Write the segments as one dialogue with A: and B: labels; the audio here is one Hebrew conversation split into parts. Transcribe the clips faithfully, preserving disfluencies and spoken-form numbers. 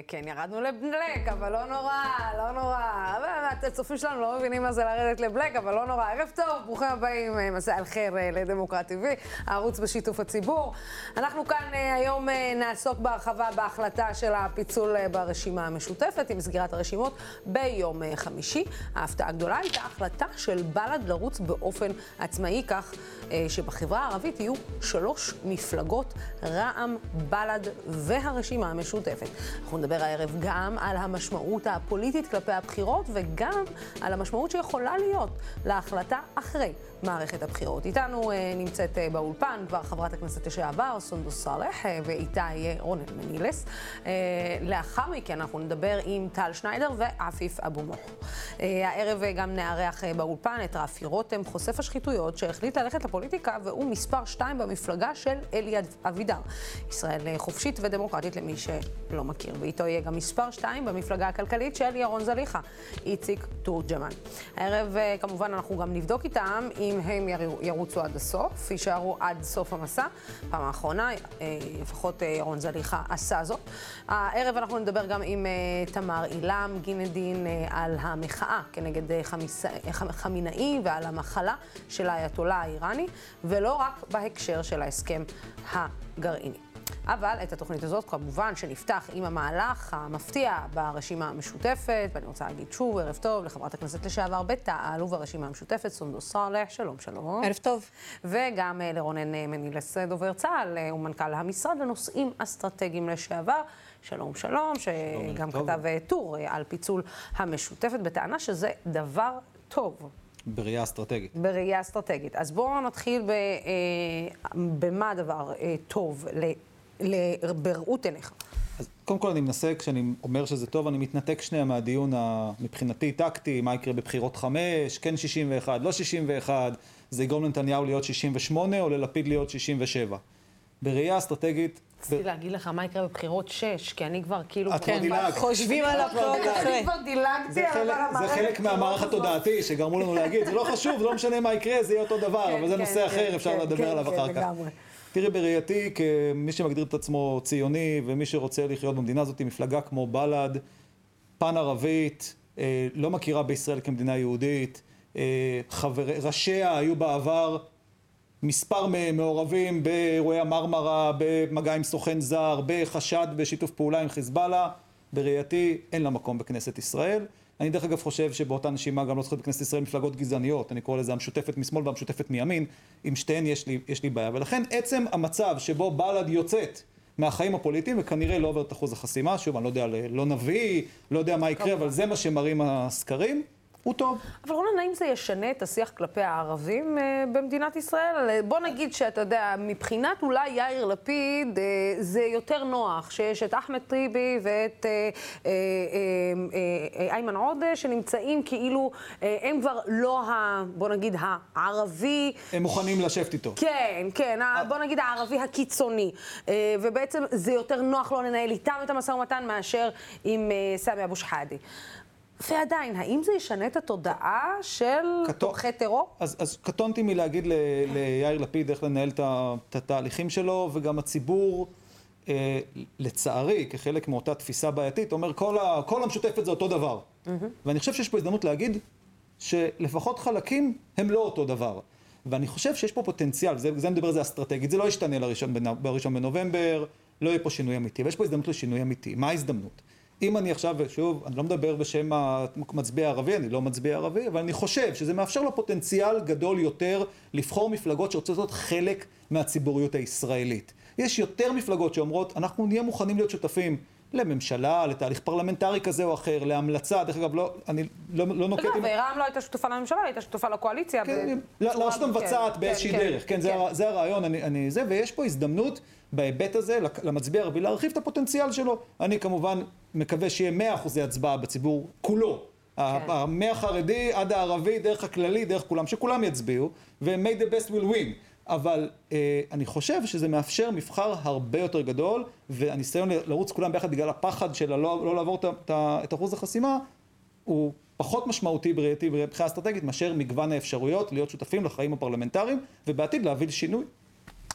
A: כן, ירדנו לבלק, אבל לא נורא, לא נורא. הצופים שלנו לא מבינים מה זה לרדת לבלק, אבל לא נורא. ערב טוב, ברוכים הבאים, מסע אל חיר לדמוקרט טי וי, הערוץ בשיתוף הציבור. אנחנו כאן היום נעסוק בהרחבה בהחלטה של הפיצול ברשימה המשותפת, עם סגירת הרשימות ביום חמישי. ההפתעה הגדולה הייתה החלטה של בל"ד לרוץ באופן עצמאי, כך שבחברה הערבית יהיו שלוש מפלגות, רע"מ, בל"ד והרשימה המשותפת. אנחנו נדבר הערב גם על המשמעות הפוליטית כלפי הבחירות וגם על המשמעות שיכולה להיות להחלטה אחרי מערכת הבחירות. איתנו אה, נמצאת אה, באולפן כבר חברת הכנסת לשעבר סונדוס סאלח אה, ואיתה יהיה רונן מנילס. אה, לאחר מכן אנחנו נדבר עם טל שניידר ועפיף אבו מוח. אה, הערב אה, גם נארח אה, באולפן את רפי רותם, חושף השחיתויות שהחליט ללכת לפוליטיקה והוא מספר שתיים במפלגה של אלי אבידר. ישראל אה, חופשית ודמוקרטית למי שלא מכיר. ואיתו יהיה גם מספר שתיים במפלגה הכלכלית של ירון זליכה, איציק תורג'מן. הערב אה, כמובן אנחנו גם נבדוק איתם אם הם ירוצו עד הסוף, יישארו עד סוף המסע. פעם האחרונה, לפחות ירון זליכה עשה זאת. הערב אנחנו נדבר גם עם תמר אילם גינדין על המחאה כנגד חמיס... חמינאי ועל המחלה של האייתולה האיראני, ולא רק בהקשר של ההסכם הגרעיני. אבל את התוכנית הזאת כמובן שנפתח עם המהלך המפתיע ברשימה המשותפת, ואני רוצה להגיד שוב ערב טוב לחברת הכנסת לשעבר בתע"ל וברשימה המשותפת סונדוס סאלח, שלום שלום.
B: ערב טוב.
A: וגם לרונן מנילס דובר צה"ל ומנכ"ל המשרד לנושאים אסטרטגיים לשעבר, שלום שלום, שגם כתב טור על פיצול המשותפת בטענה שזה דבר טוב.
C: בראייה אסטרטגית.
A: בראייה אסטרטגית. אז בואו נתחיל ב, אה, במה הדבר אה, טוב לבראות עיניך.
C: אז קודם כל אני מנסה, כשאני אומר שזה טוב, אני מתנתק שנייה מהדיון מבחינתי טקטי, מה יקרה בבחירות חמש, כן שישים ואחת, לא שישים ואחת, זה יגרום לנתניהו להיות שישים ושמונה או ללפיד להיות שישים ושבע. בראייה אסטרטגית...
A: רציתי להגיד לך מה יקרה בבחירות שש, כי אני כבר כאילו...
C: את כבר דילגת.
B: חושבים על הפרק אחרי.
A: אני כבר דילגתי,
C: זה חלק מהמערך התודעתי שגרמו לנו להגיד, זה לא חשוב, לא משנה מה יקרה, זה יהיה אותו דבר, אבל זה נושא אחר, אפשר לדבר עליו אחר כך. תראי, בראייתי, כמי שמגדיר את עצמו ציוני, ומי שרוצה לחיות במדינה הזאת, מפלגה כמו בל"ד, פן ערבית, לא מכירה בישראל כמדינה יהודית, ראשיה היו בעבר מספר מעורבים באירועי המרמרה, במגע עם סוכן זר, בחשד בשיתוף פעולה עם חיזבאללה. בראייתי אין לה מקום בכנסת ישראל. אני דרך אגב חושב שבאותה נשימה גם לא צריכות בכנסת ישראל מפלגות גזעניות, אני קורא לזה המשותפת משמאל והמשותפת מימין, עם שתיהן יש לי, יש לי בעיה. ולכן עצם המצב שבו בל"ד יוצאת מהחיים הפוליטיים, וכנראה לא עובר את אחוז החסימה, שוב, אני לא יודע, לא נביא, לא יודע מה יקרה, אבל זה מה שמראים הסקרים, הוא טוב.
A: אבל רונן, האם זה ישנה את השיח כלפי הערבים אה, במדינת ישראל? בוא נגיד שאתה יודע, מבחינת אולי יאיר לפיד, אה, זה יותר נוח שיש את אחמד טיבי ואת אה, אה, אה, איימן עודה, שנמצאים כאילו, אה, הם כבר לא, ה, בוא נגיד, הערבי...
C: הם מוכנים לשבת איתו.
A: כן, כן, ה, בוא נגיד הערבי הקיצוני. אה, ובעצם זה יותר נוח לא לנהל איתם את המשא ומתן מאשר עם אה, סמי אבו שחאדה. ועדיין, האם זה ישנה את התודעה של תומכי טרור?
C: אז, אז קטונתי מלהגיד ל, ליאיר לפיד איך לנהל את התהליכים שלו, וגם הציבור, אה, לצערי, כחלק מאותה תפיסה בעייתית, אומר כל, ה, כל המשותפת זה אותו דבר. Mm-hmm. ואני חושב שיש פה הזדמנות להגיד שלפחות חלקים הם לא אותו דבר. ואני חושב שיש פה פוטנציאל, זה, זה מדבר על זה אסטרטגית, זה לא ישתנה לראשון, בראשון בנובמבר, לא יהיה פה שינוי אמיתי, ויש פה הזדמנות לשינוי אמיתי. מה ההזדמנות? אם אני עכשיו, שוב, אני לא מדבר בשם המצביע הערבי, אני לא מצביע ערבי, אבל אני חושב שזה מאפשר לו פוטנציאל גדול יותר לבחור מפלגות שרוצות להיות חלק מהציבוריות הישראלית. יש יותר מפלגות שאומרות, אנחנו נהיה מוכנים להיות שותפים לממשלה, לתהליך פרלמנטרי כזה או אחר, להמלצה, דרך אגב, לא, אני לא, לא נוקט עם...
A: אגב, רע"מ לא הייתה שותפה לממשלה, הייתה שותפה לקואליציה.
C: כן, לרשות המבצעת באיזושהי דרך, כן, זה הרעיון, אני זה, ויש פה הזדמנות בהיבט הזה, למצביע הערבי, להרחיב את הפוטנציאל שלו. אני כמובן מקווה שיהיה מאה אחוזי הצבעה בציבור כולו. מהחרדי עד הערבי, דרך הכללי, דרך כולם, שכולם יצביעו, ו-May the best will win. אבל אה, אני חושב שזה מאפשר מבחר הרבה יותר גדול, והניסיון לרוץ כולם ביחד בגלל הפחד של לא, לא לעבור את, את, את אחוז החסימה, הוא פחות משמעותי בראייתי ובבחירה אסטרטגית, מאשר מגוון האפשרויות להיות שותפים לחיים הפרלמנטריים, ובעתיד להביא לשינוי.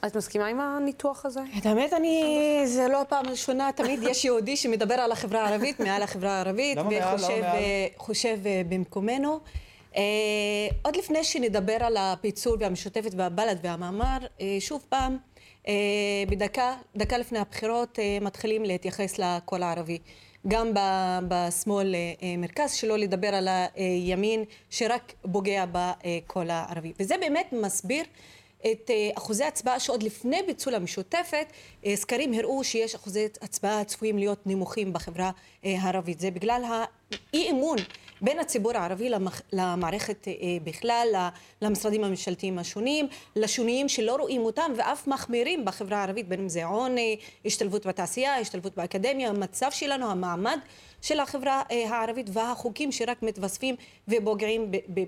A: את מסכימה עם הניתוח הזה?
B: את האמת, אני, זה לא הפעם הראשונה, תמיד יש יהודי שמדבר על החברה הערבית, מעל החברה הערבית, וחושב במקומנו. עוד לפני שנדבר על הפיצול והמשותפת והבל"ד והמאמר, שוב פעם, בדקה, דקה לפני הבחירות מתחילים להתייחס לקול הערבי. גם בשמאל מרכז, שלא לדבר על הימין שרק פוגע בקול הערבי. וזה באמת מסביר את אחוזי הצבעה שעוד לפני ביצול המשותפת, סקרים הראו שיש אחוזי הצבעה צפויים להיות נמוכים בחברה הערבית. זה בגלל האי-אמון בין הציבור הערבי למערכת בכלל, למשרדים הממשלתיים השונים, לשוניים שלא רואים אותם ואף מחמירים בחברה הערבית, בין אם זה עוני, השתלבות בתעשייה, השתלבות באקדמיה, המצב שלנו, המעמד של החברה הערבית והחוקים שרק מתווספים ופוגעים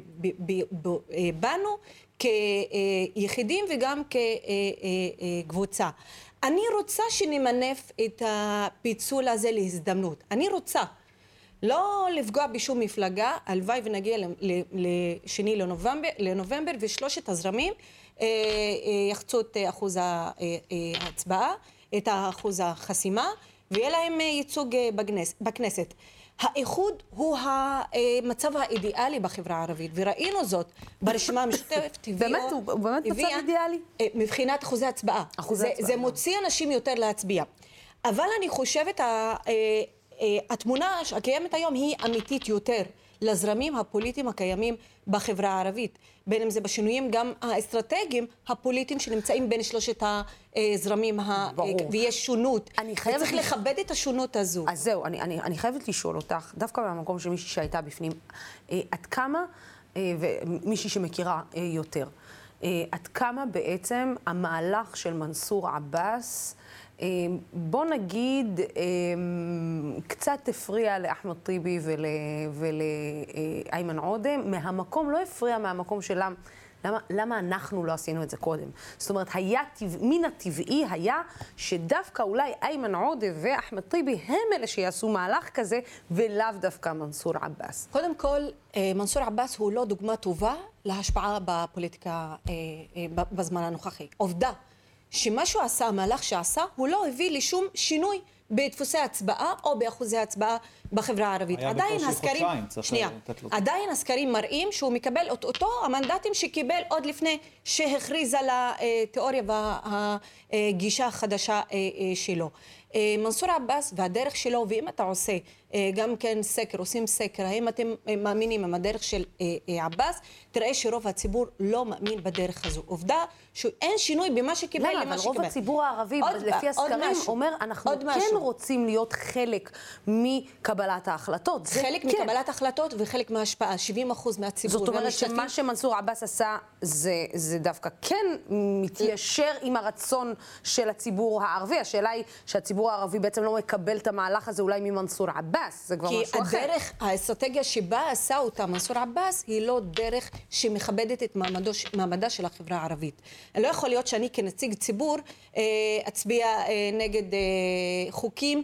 B: בנו כיחידים וגם כקבוצה. אני רוצה שנמנף את הפיצול הזה להזדמנות. אני רוצה לא לפגוע בשום מפלגה, הלוואי ונגיע לשני לנובמבר, לנובמבר ושלושת הזרמים יחצו את אחוז ההצבעה, את אחוז החסימה, ויהיה להם ייצוג בכנסת. האיחוד הוא המצב האידיאלי בחברה הערבית, וראינו זאת ברשימה המשותפת.
A: באמת, הוא באמת מצב אידיאלי?
B: מבחינת אחוזי הצבעה. זה מוציא אנשים יותר להצביע. אבל אני חושבת, התמונה הקיימת היום היא אמיתית יותר לזרמים הפוליטיים הקיימים בחברה הערבית, בין אם זה בשינויים גם האסטרטגיים הפוליטיים שנמצאים בין שלושת הזרמים, ויש שונות, וצריך לכבד את השונות הזו.
A: אז זהו, אני, אני, אני חייבת לשאול אותך, דווקא מהמקום של מישהי שהייתה בפנים, עד כמה, ומישהי שמכירה יותר, עד כמה בעצם המהלך של מנסור עבאס, בוא נגיד, קצת הפריע לאחמד טיבי ולאיימן עודה, מהמקום, לא הפריע מהמקום של למה, למה אנחנו לא עשינו את זה קודם. זאת אומרת, היה, מן הטבעי היה שדווקא אולי איימן עודה ואחמד טיבי הם אלה שיעשו מהלך כזה, ולאו דווקא מנסור עבאס.
B: קודם כל, מנסור עבאס הוא לא דוגמה טובה להשפעה בפוליטיקה בזמן הנוכחי. עובדה. שמה שהוא עשה, המהלך שעשה, הוא לא הביא לשום שינוי בדפוסי הצבעה או באחוזי הצבעה בחברה הערבית. עדיין הסקרים, שנייה, עדיין הסקרים מראים שהוא מקבל את אותו המנדטים שקיבל עוד לפני שהכריז על התיאוריה והגישה החדשה שלו. מנסור עבאס והדרך שלו, ואם אתה עושה גם כן סקר, עושים סקר, האם אתם מאמינים עם הדרך של עבאס, תראה שרוב הציבור לא מאמין בדרך הזו. עובדה שאין שינוי במה שקיבל למה שקיבל.
A: אבל רוב הציבור הערבי, לפי הסקרים, אומר, אנחנו כן רוצים להיות חלק מקבלת ההחלטות.
B: חלק מקבלת ההחלטות וחלק מההשפעה, שבעים אחוז מהציבור.
A: זאת אומרת שמה שמנסור עבאס עשה, זה דווקא כן מתיישר עם הרצון של הציבור הערבי. השאלה היא שהציבור הערבי בעצם לא מקבל את המהלך הזה אולי ממנסור עבאס, זה כבר משהו אחר.
B: כי הדרך, האסטרטגיה שבה עשה אותה מנסור עבאס, היא לא דרך שמכבדת את מעמדה של החברה הערבית. לא יכול להיות שאני כנציג ציבור אצביע נגד חוקים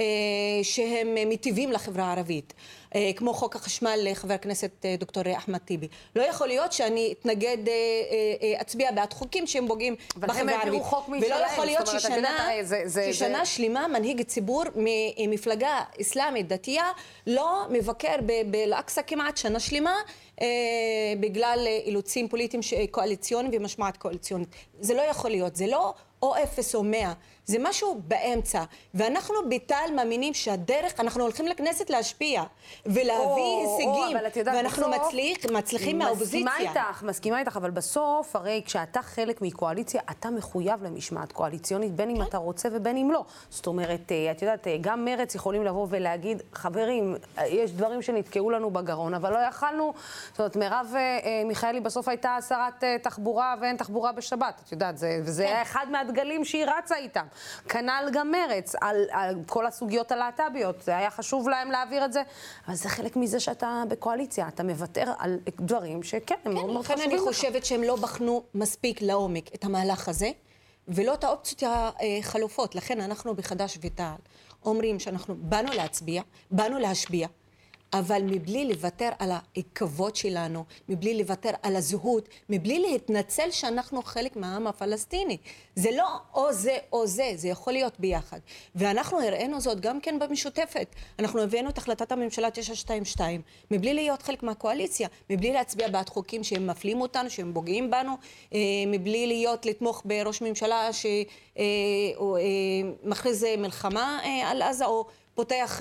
B: שהם מטיבים לחברה הערבית, כמו חוק החשמל לחבר הכנסת דוקטור אחמד טיבי. לא יכול להיות שאני אתנגד, אצביע בעד חוקים שהם פוגעים בחברה הערבית. ולא יכול להיות ששנה שלמה מנהיג ציבור ממפלגה אסלאמית דתייה לא מבקר באל-אקצא כמעט שנה שלמה בגלל אילוצים פוליטיים קואליציוניים ומשמעת קואליציונית. זה לא יכול להיות, זה לא או אפס או מאה, זה משהו באמצע. ואנחנו בתל מאמינים שהדרך, אנחנו הולכים לכנסת להשפיע ולהביא הישגים, ואנחנו מצליחים מהאופוזיציה.
A: מסכימה איתך, מסכימה איתך, אבל בסוף, הרי כשאתה חלק מקואליציה, אתה מחויב למשמעת קואליציונית, בין אם אתה רוצה ובין אם לא. זאת אומרת, את יודעת, גם מרץ יכולים לבוא ולהגיד, חברים, יש דברים שנתקעו לנו בגרון, אבל לא יכלנו, זאת אומרת, מרב מיכאלי בסוף הייתה שרת תחבורה ואין תחבורה בשבת, את יודעת, וזה היה אחד מהדגלים שהיא רצה איתם. כנ"ל גם מרץ, על, על כל הסוגיות הלהט"ביות, זה היה חשוב להם להעביר את זה, אבל זה חלק מזה שאתה בקואליציה, אתה מוותר על דברים שכן, הם מאוד מאוד חשובים לך.
B: לכן אני חושבת שהם לא בחנו מספיק לעומק את המהלך הזה, ולא את האופציות החלופות. לכן אנחנו בחד"ש ותע"ל אומרים שאנחנו באנו להצביע, באנו להשביע, אבל מבלי לוותר על הכבוד שלנו, מבלי לוותר על הזהות, מבלי להתנצל שאנחנו חלק מהעם הפלסטיני. זה לא או זה או זה, זה יכול להיות ביחד. ואנחנו הראינו זאת גם כן במשותפת. אנחנו הבאנו את החלטת הממשלה תשע שתיים שתיים, מבלי להיות חלק מהקואליציה, מבלי להצביע בעד חוקים שהם מפלים אותנו, שהם פוגעים בנו, מבלי להיות, לתמוך בראש ממשלה שמכריז מלחמה על עזה, או פותח,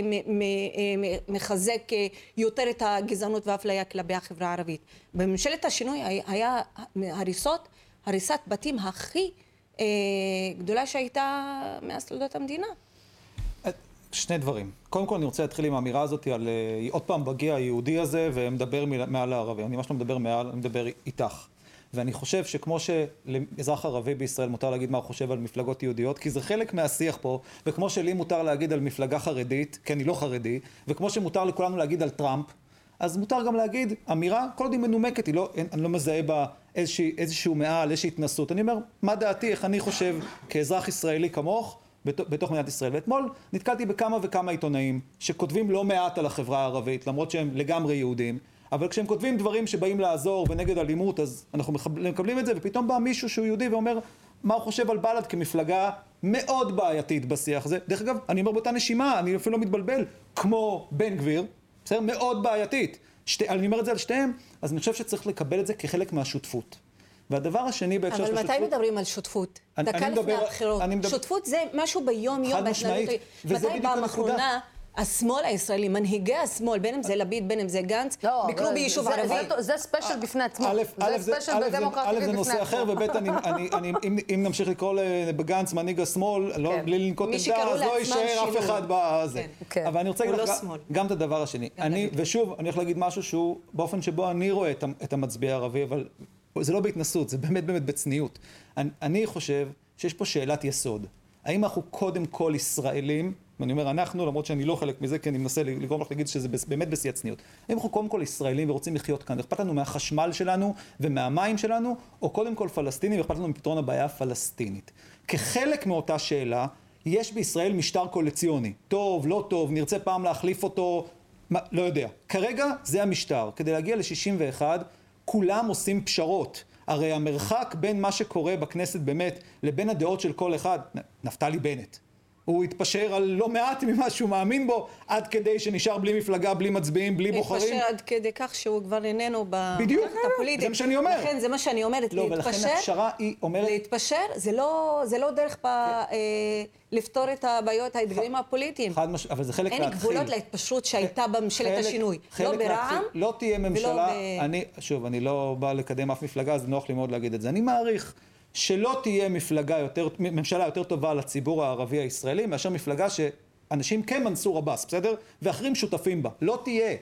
B: מחזק יותר את הגזענות והאפליה כלפי החברה הערבית. בממשלת השינוי היה הריסות, הריסת בתים הכי גדולה שהייתה מאז תולדות המדינה.
C: שני דברים. קודם כל אני רוצה להתחיל עם האמירה הזאת על עוד פעם בגיע היהודי הזה ומדבר מעל הערבי. אני ממש לא מדבר מעל, אני מדבר איתך. ואני חושב שכמו שלאזרח ערבי בישראל מותר להגיד מה הוא חושב על מפלגות יהודיות, כי זה חלק מהשיח פה, וכמו שלי מותר להגיד על מפלגה חרדית, כי אני לא חרדי, וכמו שמותר לכולנו להגיד על טראמפ, אז מותר גם להגיד אמירה, כל עוד היא מנומקת, היא לא, אני לא מזהה בה איזושהי, איזשהו מעל, איזושהי התנסות. אני אומר, מה דעתי, איך אני חושב כאזרח ישראלי כמוך, בתוך מדינת ישראל. ואתמול נתקלתי בכמה וכמה עיתונאים שכותבים לא מעט על החברה הערבית, למרות שהם לגמרי יהודים, אבל כשהם כותבים דברים שבאים לעזור ונגד אלימות, אז אנחנו מקבלים את זה, ופתאום בא מישהו שהוא יהודי ואומר מה הוא חושב על בל"ד כמפלגה מאוד בעייתית בשיח הזה. דרך אגב, אני אומר באותה נשימה, אני אפילו לא מתבלבל, כמו בן גביר, בסדר? מאוד בעייתית. שתי, אני אומר את זה על שתיהם, אז אני חושב שצריך לקבל את זה כחלק מהשותפות. והדבר השני בהקשר של שותפות...
B: אבל מתי מדברים על שותפות? דקה לפני הבחירות. שותפות זה משהו ביום יום.
C: חד משמעית.
B: מתי פעם אחרונה השמאל הישראלי, מנהיגי השמאל, בין אם זה לביט, בין אם זה גנץ, ביקרו ביישוב ערבי.
A: זה ספיישל בפני עצמו. זה ספיישל בדמוקרטיה בפני עצמו.
C: א', זה נושא אחר, וב', אם נמשיך לקרוא בגנץ מנהיג השמאל, בלי לנקוט עמדה, אז לא יישאר אף אחד בזה. אבל אני רוצה להגיד לך גם את הדבר השני. ושוב, אני הולך להגיד משהו שהוא באופן שבו אני רואה את המצביע הערבי, אבל זה לא בהתנסות, זה באמת באמת בצניעות. אני חושב שיש פה שאלת יסוד. האם אנחנו קודם כל ישראלים, ואני אומר אנחנו, למרות שאני לא חלק מזה, כי אני מנסה לגרום לך להגיד שזה באמת בשיא הצניעות. האם אנחנו קודם כל ישראלים ורוצים לחיות כאן, ואכפת לנו מהחשמל שלנו ומהמים שלנו, או קודם כל פלסטינים ואכפת לנו מפתרון הבעיה הפלסטינית. כחלק מאותה שאלה, יש בישראל משטר קואליציוני. טוב, לא טוב, נרצה פעם להחליף אותו, מה, לא יודע. כרגע זה המשטר. כדי להגיע ל-שישים ואחת, כולם עושים פשרות. הרי המרחק בין מה שקורה בכנסת באמת לבין הדעות של כל אחד, נפתלי בנט. הוא התפשר על לא מעט ממה שהוא מאמין בו, עד כדי שנשאר בלי מפלגה, בלי מצביעים, בלי בוחרים.
B: התפשר עד כדי כך שהוא כבר איננו במערכת הפוליטית.
C: זה מה שאני אומר.
B: לכן, זה מה שאני אומרת.
C: לא, ולכן הפשרה היא אומרת...
B: להתפשר, זה לא, זה לא דרך פה, לפתור את הבעיות, האתגרים הפוליטיים.
C: חד משמעית, אבל זה חלק להתחיל.
B: אין גבולות להתפשרות שהייתה בממשלת השינוי. לא ברע"מ,
C: לא תהיה ממשלה, אני, שוב, אני לא בא לקדם אף מפלגה, אז נוח לי מאוד להגיד את זה. אני מעריך שלא תהיה מפלגה יותר, ממשלה יותר טובה לציבור הערבי הישראלי, מאשר מפלגה שאנשים כמנסור עבאס, בסדר? ואחרים שותפים בה. לא תהיה.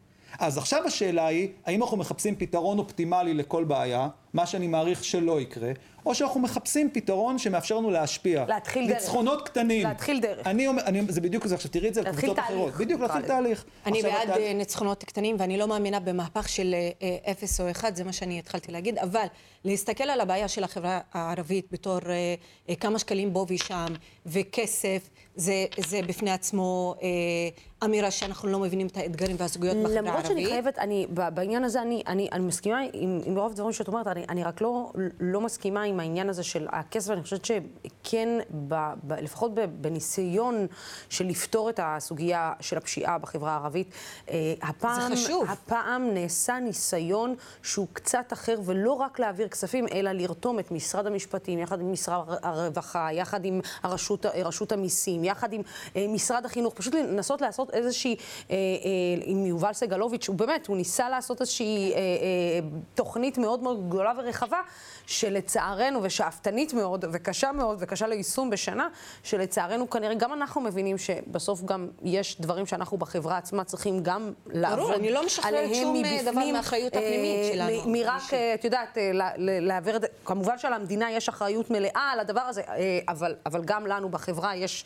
C: אז עכשיו השאלה היא, האם אנחנו מחפשים פתרון אופטימלי לכל בעיה, מה שאני מעריך שלא יקרה, או שאנחנו מחפשים פתרון שמאפשר לנו להשפיע.
A: להתחיל דרך.
C: ניצחונות קטנים.
A: להתחיל דרך.
C: אני אומר, אני, זה בדיוק זה, עכשיו תראי את זה על קבוצות אחרות. בדיוק, להתחיל תהליך.
B: אני בעד התהל... ניצחונות קטנים, ואני לא מאמינה במהפך של אפס או אחד, זה מה שאני התחלתי להגיד, אבל להסתכל על הבעיה של החברה הערבית בתור אה, כמה שקלים בו ושם, וכסף, זה, זה בפני עצמו אה, אמירה שאנחנו לא מבינים את האתגרים והסוגיות בחברה הערבית.
A: למרות שאני חייבת, אני, בעניין הזה, אני, אני, אני מסכימה עם, עם רוב דברים שאת אומרת, אני, אני רק לא, לא מסכימה עם העניין הזה של הכסף, אני חושבת שכן, ב, ב, לפחות בניסיון של לפתור את הסוגיה של הפשיעה בחברה הערבית, אה, הפעם,
B: זה חשוב.
A: הפעם נעשה ניסיון שהוא קצת אחר, ולא רק להעביר כספים, אלא לרתום את משרד המשפטים, יחד עם משרד הרווחה, יחד עם הרשות, רשות המיסים, יחד עם אה, משרד החינוך, פשוט לנסות לעשות איזושהי, אה, אה, עם יובל סגלוביץ', הוא באמת, הוא ניסה לעשות איזושהי אה, אה, תוכנית מאוד מאוד גדולה ורחבה, שלצערנו, ושאפתנית מאוד, וקשה מאוד, וקשה ליישום בשנה, שלצערנו כנראה גם אנחנו מבינים שבסוף גם יש דברים שאנחנו בחברה עצמה צריכים גם לעבוד עליהם מבפנים.
B: אני לא משחררת שום דבר מהאחריות הפנימית שלנו.
A: מרק, את יודעת, להעביר את זה, כמובן שלמדינה יש אחריות מלאה על הדבר הזה, אבל, אבל גם לנו בחברה יש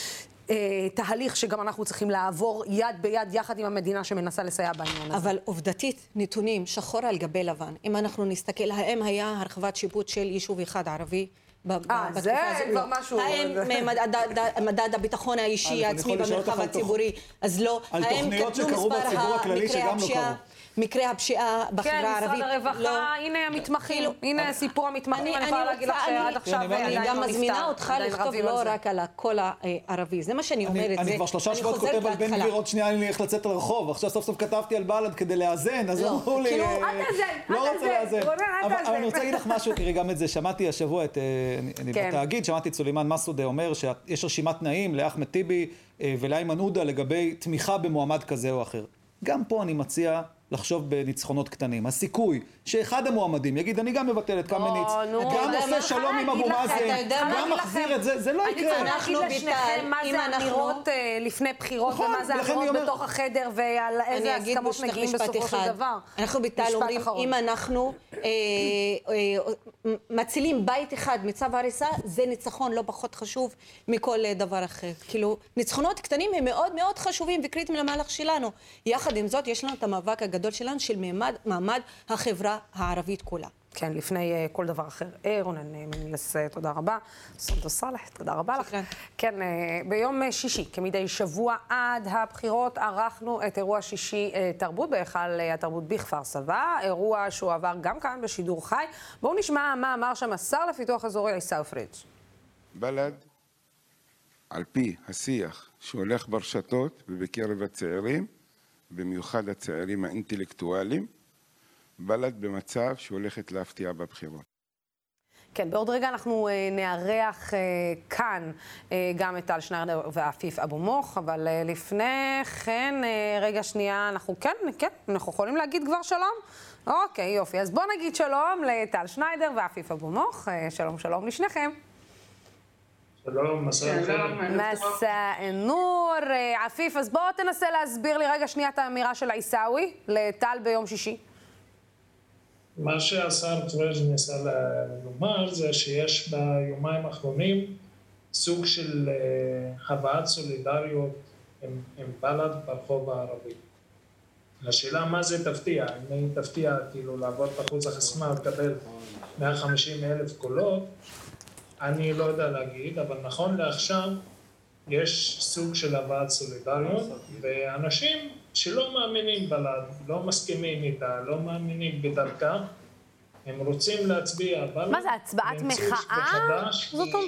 A: תהליך שגם אנחנו צריכים לעבור יד ביד יחד עם המדינה שמנסה לסייע בעניין הזה.
B: אבל עובדתית, נתונים, שחור על גבי לבן. אם אנחנו נסתכל, האם היה הרחבת שיפוט של יישוב אחד ערבי
A: אה, זה כבר משהו...
B: האם מדד הביטחון האישי העצמי במרחב הציבורי, אז לא.
C: על תוכניות שקרו בציבור הכללי שגם לא קרו.
B: מקרי הפשיעה בחברה הערבית.
A: כן, משרד הרווחה, הנה המתמחים, הנה סיפור המתמחים, אני יכולה להגיד לך שעד עכשיו
B: אני גם מזמינה אותך לכתוב לא רק על הקול הערבי, זה מה שאני אומרת.
C: אני כבר שלושה שבועות כותב על בן גביר, עוד שנייה אני הולך לצאת לרחוב, עכשיו סוף סוף כתבתי על בל"ד כדי לאזן, אז אמרו לי...
A: כאילו, אל תאזן,
C: לא רוצה לאזן.
A: אבל
C: אני רוצה להגיד לך משהו, תראי גם את זה, שמעתי השבוע את... אני בתאגיד, שמעתי את סולימאן מסעודה אומר שיש רשימת תנאים לאחמד טיבי ולאיימן עודה לגבי תמיכה במועמד כזה או אחר. גם פה אני מציע לחשוב בניצחונות קטנים. הסיכוי שאחד המועמדים יגיד, אני גם מבטל את קמניץ, גם עושה שלום עם אבו מאזן, גם מחזיר את זה, זה לא יקרה.
A: אני צריכה להגיד לשניכם מה זה אמירות לפני בחירות, ומה זה אמירות בתוך החדר, ועל איזה הסכמות מגיעים בסופו של דבר.
B: אנחנו ביטל אומרים, אם אנחנו מצילים בית אחד מצו הריסה, זה ניצחון לא פחות חשוב מכל דבר אחר. כאילו, ניצחונות קטנים הם מאוד מאוד חשובים וקריטיים למהלך שלנו. יחד עם זאת, יש לנו את המאבק הגדול שלנו של מעמד, מעמד החברה הערבית כולה.
A: כן, לפני uh, כל דבר אחר. רונן מנילס, תודה רבה. סונדו סלח, תודה רבה לך. כן, uh, ביום uh, שישי, כמדי שבוע עד הבחירות, ערכנו את אירוע שישי uh, תרבות בהיכל uh, התרבות בכפר סבא, אירוע שהוא עבר גם כאן בשידור חי. בואו נשמע מה אמר שם השר לפיתוח אזורי עיסאווי פריג'.
D: בל"ד, על פי השיח שהולך ברשתות ובקרב הצעירים, במיוחד הצעירים האינטלקטואלים, בל"ד במצב שהולכת להפתיע בבחירות.
A: כן, בעוד רגע אנחנו נארח כאן גם את טל שניידר ועפיף אבו מוך, אבל לפני כן, רגע שנייה, אנחנו כן, כן, אנחנו יכולים להגיד כבר שלום? אוקיי, יופי, אז בואו נגיד שלום לטל שניידר ועפיף אבו מוך. שלום, שלום לשניכם.
E: שלום, מסע אל-חיר.
A: מסע אל-נור. עפיף, אז בואו תנסה להסביר לי רגע שנייה את האמירה של עיסאווי לטל ביום שישי.
E: מה שהשר פריג' ניסה לומר זה שיש ביומיים האחרונים סוג של הבאת סולידריות עם, עם בל"ד ברחוב הערבי. השאלה מה זה תפתיע, אם היא תפתיע כאילו לעבוד בחוץ החסימה ולקבל מאה וחמישים אלף קולות, אני לא יודע להגיד, אבל נכון לעכשיו יש סוג של הבאת סולידריות, ואנשים שלא מאמינים בל"ד, לא מסכימים איתה, לא מאמינים בדרכה, הם רוצים להצביע בל"ד.
A: מה זה, הצבעת מחאה? זאת אומרת,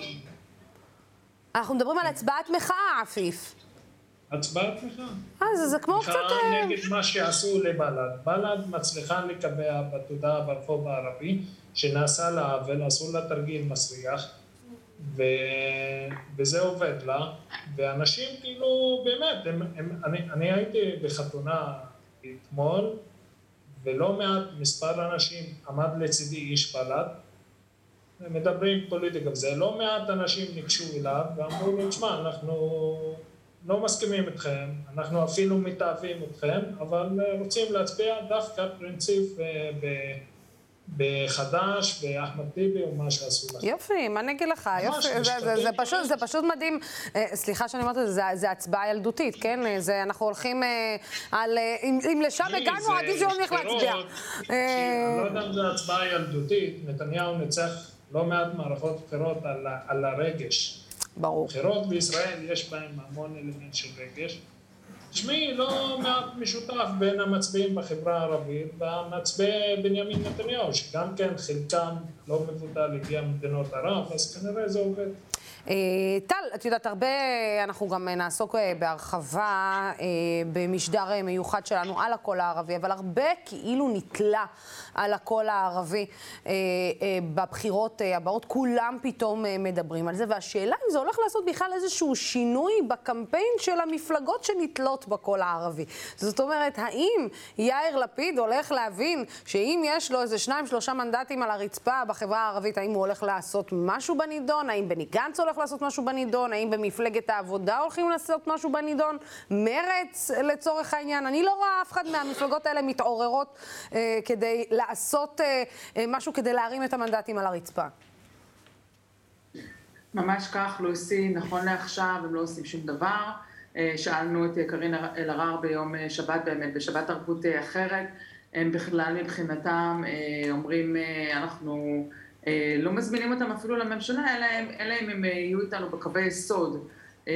A: אנחנו מדברים על הצבעת מחאה, עפיף.
E: הצבעת מחאה.
A: אה, זה, זה כמו קצת...
E: מחאה נגד מה שעשו לבל"ד. בל"ד מצליחה לקבע בתודעה ברחוב הערבי, שנעשה לה ולעשו לה תרגיל מסריח, ו... וזה עובד לה, ואנשים כאילו באמת, הם, הם, אני, אני הייתי בחתונה אתמול, ולא מעט מספר אנשים עמד לצידי איש בל"ד, מדברים פוליטיקה, וזה לא מעט אנשים ניגשו אליו, ואמרו לו, תשמע, אנחנו לא מסכימים אתכם, אנחנו אפילו מתאהבים אתכם, אבל רוצים להצביע דווקא פרינציפ ב... בחדש, באחמד טיבי, או מה שעשו לך.
A: יופי, מה נגיד לך? יופי, זה, זה, זה, פשוט, זה פשוט מדהים. סליחה שאני אומרת את זה, זה, זה הצבעה ילדותית, כן? זה, אנחנו הולכים על... אם, אם לשם הגענו, עדיף שלא נלך להצביע.
E: אני לא יודע אם זה הצבעה ילדותית, נתניהו ניצח לא מעט מערכות בחירות על, על הרגש.
A: ברור.
E: בחירות בישראל יש בהם המון אלמנט של רגש. תשמעי, לא מעט משותף בין המצביעים בחברה הערבית והמצביעי בנימין נתניהו, שגם כן חלקם לא מבוטל הגיע ממדינות ערב, אז כנראה זה עובד.
A: טל, את יודעת, הרבה, אנחנו גם נעסוק בהרחבה במשדר מיוחד שלנו על הקול הערבי, אבל הרבה כאילו נתלה על הקול הערבי בבחירות הבאות, כולם פתאום מדברים על זה, והשאלה אם זה הולך לעשות בכלל איזשהו שינוי בקמפיין של המפלגות שנתלות בקול הערבי. זאת אומרת, האם יאיר לפיד הולך להבין שאם יש לו איזה שניים, שלושה מנדטים על הרצפה בחברה הערבית, האם הוא הולך לעשות משהו בנידון? האם בני גנץ הולך לעשות משהו בנידון? האם במפלגת העבודה הולכים לעשות משהו בנידון? מרץ לצורך העניין? אני לא רואה אף אחד מהמפלגות האלה מתעוררות אה, כדי לעשות אה, אה, משהו כדי להרים את המנדטים על הרצפה.
F: ממש כך, לא עושים, נכון לעכשיו, הם לא עושים שום דבר. שאלנו את קרין אלהרר ביום שבת באמת, בשבת תרבות אחרת, הם בכלל מבחינתם אומרים, אנחנו לא מזמינים אותם אפילו לממשלה, אלא אם הם יהיו איתנו בקווי יסוד,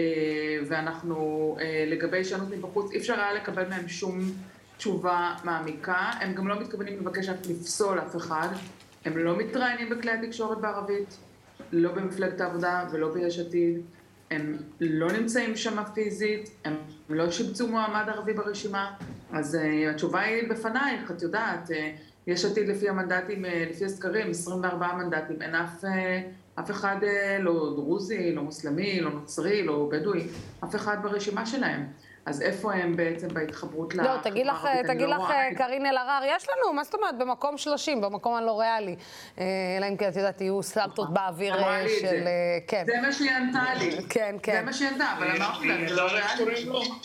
F: ואנחנו לגבי הישענות מבחוץ, אי אפשר היה לקבל מהם שום תשובה מעמיקה, הם גם לא מתכוונים לבקש לפסול אף אחד, הם לא מתראיינים בכלי התקשורת בערבית, לא במפלגת העבודה ולא ביש עתיד, הם לא נמצאים שם פיזית, הם לא שיבצו מועמד ערבי ברשימה, אז uh, התשובה היא בפנייך, את יודעת, uh, יש עתיד לפי המנדטים, uh, לפי הסקרים, עשרים וארבעה מנדטים, אין אף, uh, אף אחד uh, לא דרוזי, לא מוסלמי, לא נוצרי, לא בדואי, אף אחד ברשימה שלהם. אז איפה הם בעצם בהתחברות לחברה
A: הערבית? לא, תגיד לך, תגיד לך, קארין אלהרר, יש לנו, מה זאת אומרת, במקום שלושים, במקום הלא ריאלי. אלא אם כן, את יודעת, יהיו סלטות באוויר של... כן.
F: זה מה שהיא ענתה לי.
A: כן, כן.
F: זה מה שהיא ענתה, אבל אמרתי לה, זה לא ריאלי.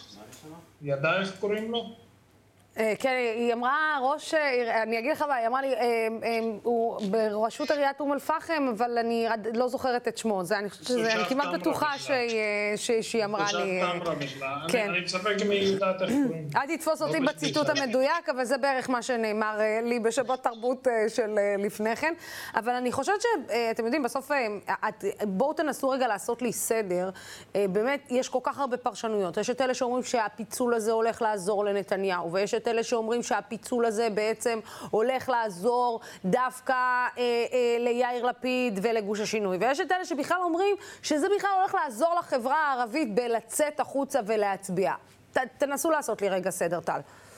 E: ידע איך קוראים לו?
A: כן, היא אמרה, ראש, אני אגיד לך מה, היא אמרה לי, הוא בראשות עיריית אום אל-פחם, אבל אני לא זוכרת את שמו, אני חושבת שזה, אני כמעט בטוחה שהיא אמרה לי...
E: אני מספק אם היא יודעת איך קוראים.
A: אל תתפוס אותי בציטוט המדויק, אבל זה בערך מה שנאמר לי בשבת תרבות של לפני כן. אבל אני חושבת שאתם יודעים, בסוף, בואו תנסו רגע לעשות לי סדר. באמת, יש כל כך הרבה פרשנויות. יש את אלה שאומרים שהפיצול הזה הולך לעזור לנתניהו, ויש את אלה שאומרים שהפיצול הזה בעצם הולך לעזור דווקא אה, אה, ליאיר לפיד ולגוש השינוי. ויש את אלה שבכלל אומרים שזה בכלל הולך לעזור לחברה הערבית בלצאת החוצה ולהצביע. ת, תנסו לעשות לי רגע סדר, טל.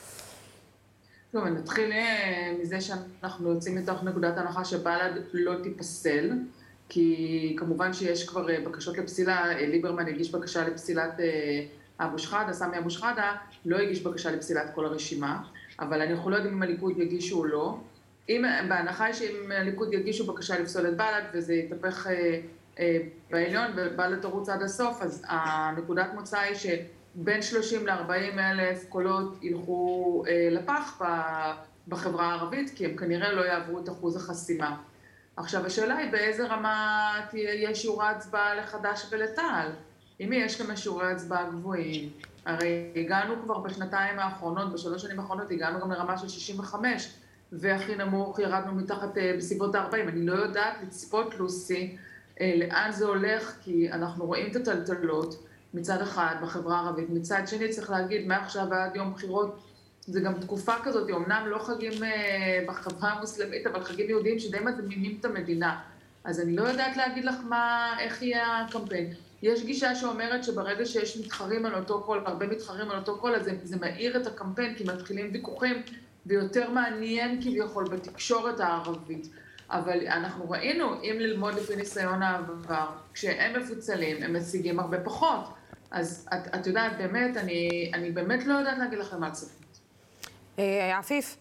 F: טוב, נתחיל מזה שאנחנו יוצאים מתוך נקודת הנחה שבל"ד לא תיפסל, כי כמובן שיש כבר בקשות לפסילה, ליברמן הגיש בקשה לפסילת אבו שחאדה, סמי אבו שחאדה, לא הגיש בקשה לפסילת כל הרשימה, אבל אנחנו לא יודעים אם הליכוד יגישו או לא. אם, בהנחה שאם הליכוד יגישו בקשה לפסול את בל"ד וזה יתהפך אה, אה, בעליון ובל"ד תרוץ עד הסוף, אז הנקודת מוצא היא שבין שלושים לארבעים אלף קולות ילכו אה, לפח בחברה הערבית, כי הם כנראה לא יעברו את אחוז החסימה. עכשיו, השאלה היא באיזה רמה תהיה שיעורי הצבעה לחד"ש ולתע"ל. אם יש גם שיעורי הצבעה גבוהים, הרי הגענו כבר בשנתיים האחרונות, בשלוש שנים האחרונות, הגענו גם לרמה של שישים וחמש, והכי נמוך ירדנו מתחת בסביבות ה-ארבעים. אני לא יודעת לצפות, לוסי, לאן זה הולך, כי אנחנו רואים את הטלטלות מצד אחד בחברה הערבית. מצד שני, צריך להגיד, מעכשיו ועד יום בחירות, זה גם תקופה כזאת, אמנם לא חגים בחברה המוסלמית, אבל חגים יהודיים שדי מדמימים את המדינה. אז אני לא יודעת להגיד לך מה, איך יהיה הקמפיין. יש גישה שאומרת שברגע שיש מתחרים על אותו קול, הרבה מתחרים על אותו קול, אז זה, זה מאיר את הקמפיין, כי מתחילים ויכוחים, ויותר מעניין כביכול בתקשורת הערבית. אבל אנחנו ראינו, אם ללמוד לפי ניסיון העבר, כשהם מפוצלים, הם משיגים הרבה פחות. אז את, את יודעת, באמת, אני, אני באמת לא יודעת להגיד לכם מה צפות.
A: עפיף?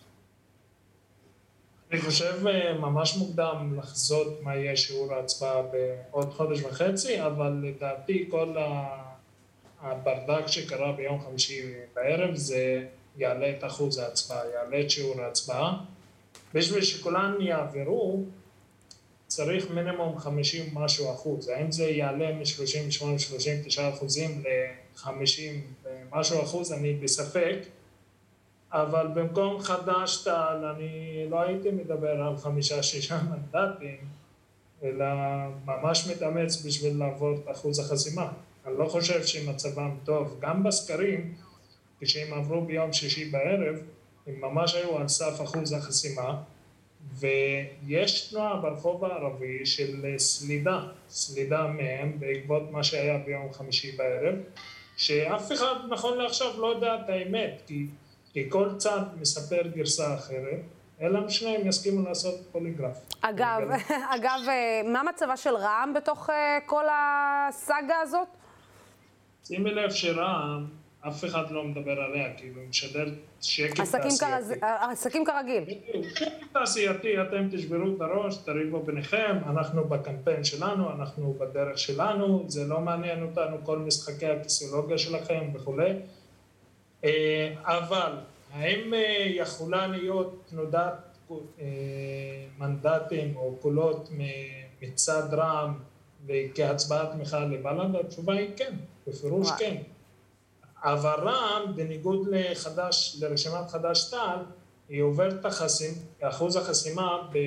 E: אני חושב ממש מוקדם לחזות מה יהיה שיעור ההצבעה בעוד חודש וחצי, אבל לדעתי כל הברדק שקרה ביום חמישי בערב זה יעלה את אחוז ההצבעה, יעלה את שיעור ההצבעה. בשביל שכולן יעברו, צריך מינימום חמישים משהו אחוז. האם זה יעלה מ-שלושים ושמונה שלושים ותשעה אחוזים ל-חמישים משהו אחוז, אני בספק. אבל במקום חד"ש-תע"ל אני לא הייתי מדבר על חמישה שישה מנדטים, אלא ממש מתאמץ בשביל לעבור את אחוז החסימה. אני לא חושב שמצבם טוב. גם בסקרים, כשהם עברו ביום שישי בערב, הם ממש היו על סף אחוז החסימה, ויש תנועה ברחוב הערבי של סלידה, סלידה מהם בעקבות מה שהיה ביום חמישי בערב, שאף אחד נכון לעכשיו לא יודע את האמת, כי כי כל צד מספר גרסה אחרת, אלא שניהם יסכימו לעשות פוליגרף.
A: אגב, אגב, מה מצבה של רע"מ בתוך כל הסאגה הזאת?
E: שימי לב שרע"מ, אף אחד לא מדבר עליה, כאילו משדר שקט תעשייתי.
A: עסקים כרגיל.
E: שקט תעשייתי, אתם תשברו את הראש, תריבו ביניכם, אנחנו בקמפיין שלנו, אנחנו בדרך שלנו, זה לא מעניין אותנו כל משחקי הכיסולוגיה שלכם וכו'. אבל האם יכולה להיות תנודת מנדטים או קולות מצד רע"מ וכהצבעת תמיכה לבל"ד? התשובה היא כן, בפירוש כן. אבל רע"מ, בניגוד לחד"ש, לרשימת חד"ש-תע"ל, היא עוברת את אחוז החסימה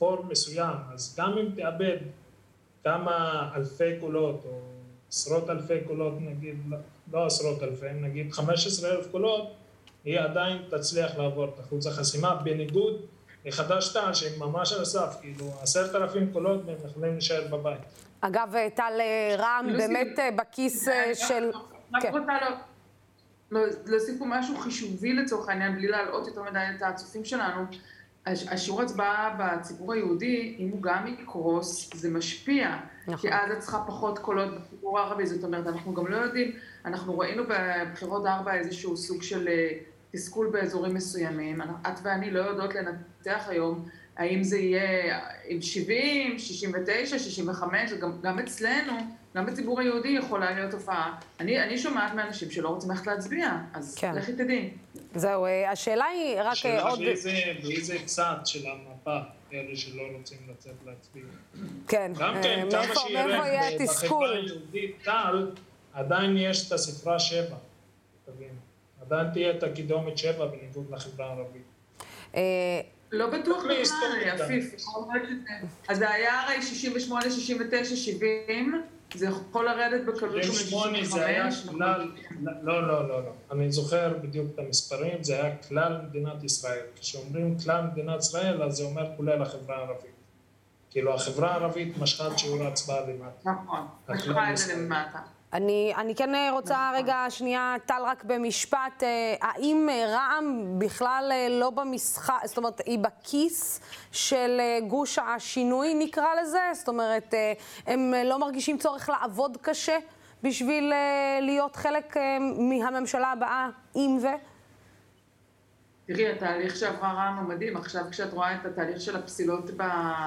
E: ספור מסוים, אז גם אם תאבד כמה אלפי קולות, או עשרות אלפי קולות, נגיד, לא עשרות אלפי, נגיד חמישה עשר אלף קולות, היא עדיין תצליח לעבור את אחוז החסימה, בניגוד לחד"ש תע"ל, שהם ממש על הסף, כאילו, עשרת אלפים קולות, והם יכולים להישאר בבית.
A: אגב, טל, רע"מ באמת בכיס של...
F: רק רוצה להוסיף פה משהו חישובי לצורך העניין, בלי להלאות יותר מדי את הצופים שלנו. השיעור הצבעה בציבור היהודי, אם הוא גם יקרוס, זה משפיע. כי אז את צריכה פחות קולות בציבור הערבי, זאת אומרת, אנחנו גם לא יודעים, אנחנו ראינו בבחירות ארבע איזשהו סוג של תסכול באזורים מסוימים. את ואני לא יודעות לנתח היום, האם זה יהיה עם שבעים, שישים ותשע, שישים וחמש, גם אצלנו, גם בציבור היהודי יכולה להיות תופעה. אני, אני שומעת מאנשים שלא רוצים ללכת להצביע, אז כן. לכי תדעי.
A: זהו, השאלה היא רק
E: השאלה
A: עוד...
E: השאלה באיזה צד של המפה, אלה שלא רוצים לצאת להצביע.
A: כן,
E: גם כן, כמה שירד בחברה היהודית טל, עדיין יש את הספרה שבע, תבין. עדיין תהיה את הקידומת שבע בניגוד לחברה הערבית.
F: לא בטוח בכלל, יפיף. אז זה היה הרי שישים ושמונה, שישים ותשע, שבעים, זה יכול לרדת בקלות
E: שישים ושמונה זה היה כלל, לא, לא, לא, לא. אני זוכר בדיוק את המספרים, זה היה כלל מדינת ישראל. כשאומרים כלל מדינת ישראל, אז זה אומר כולל החברה הערבית. כאילו, החברה הערבית משכה את שיעור ההצבעה למטה.
F: נכון, משכה את זה למטה.
A: אני, אני כן רוצה רגע שנייה, טל, רק במשפט, האם רע"מ בכלל לא במשחק, זאת אומרת, היא בכיס של גוש השינוי נקרא לזה? זאת אומרת, הם לא מרגישים צורך לעבוד קשה בשביל להיות חלק מהממשלה הבאה, אם ו?
F: תראי, התהליך שעברה רע"מ הוא מדהים. עכשיו כשאת רואה את התהליך של הפסילות ב...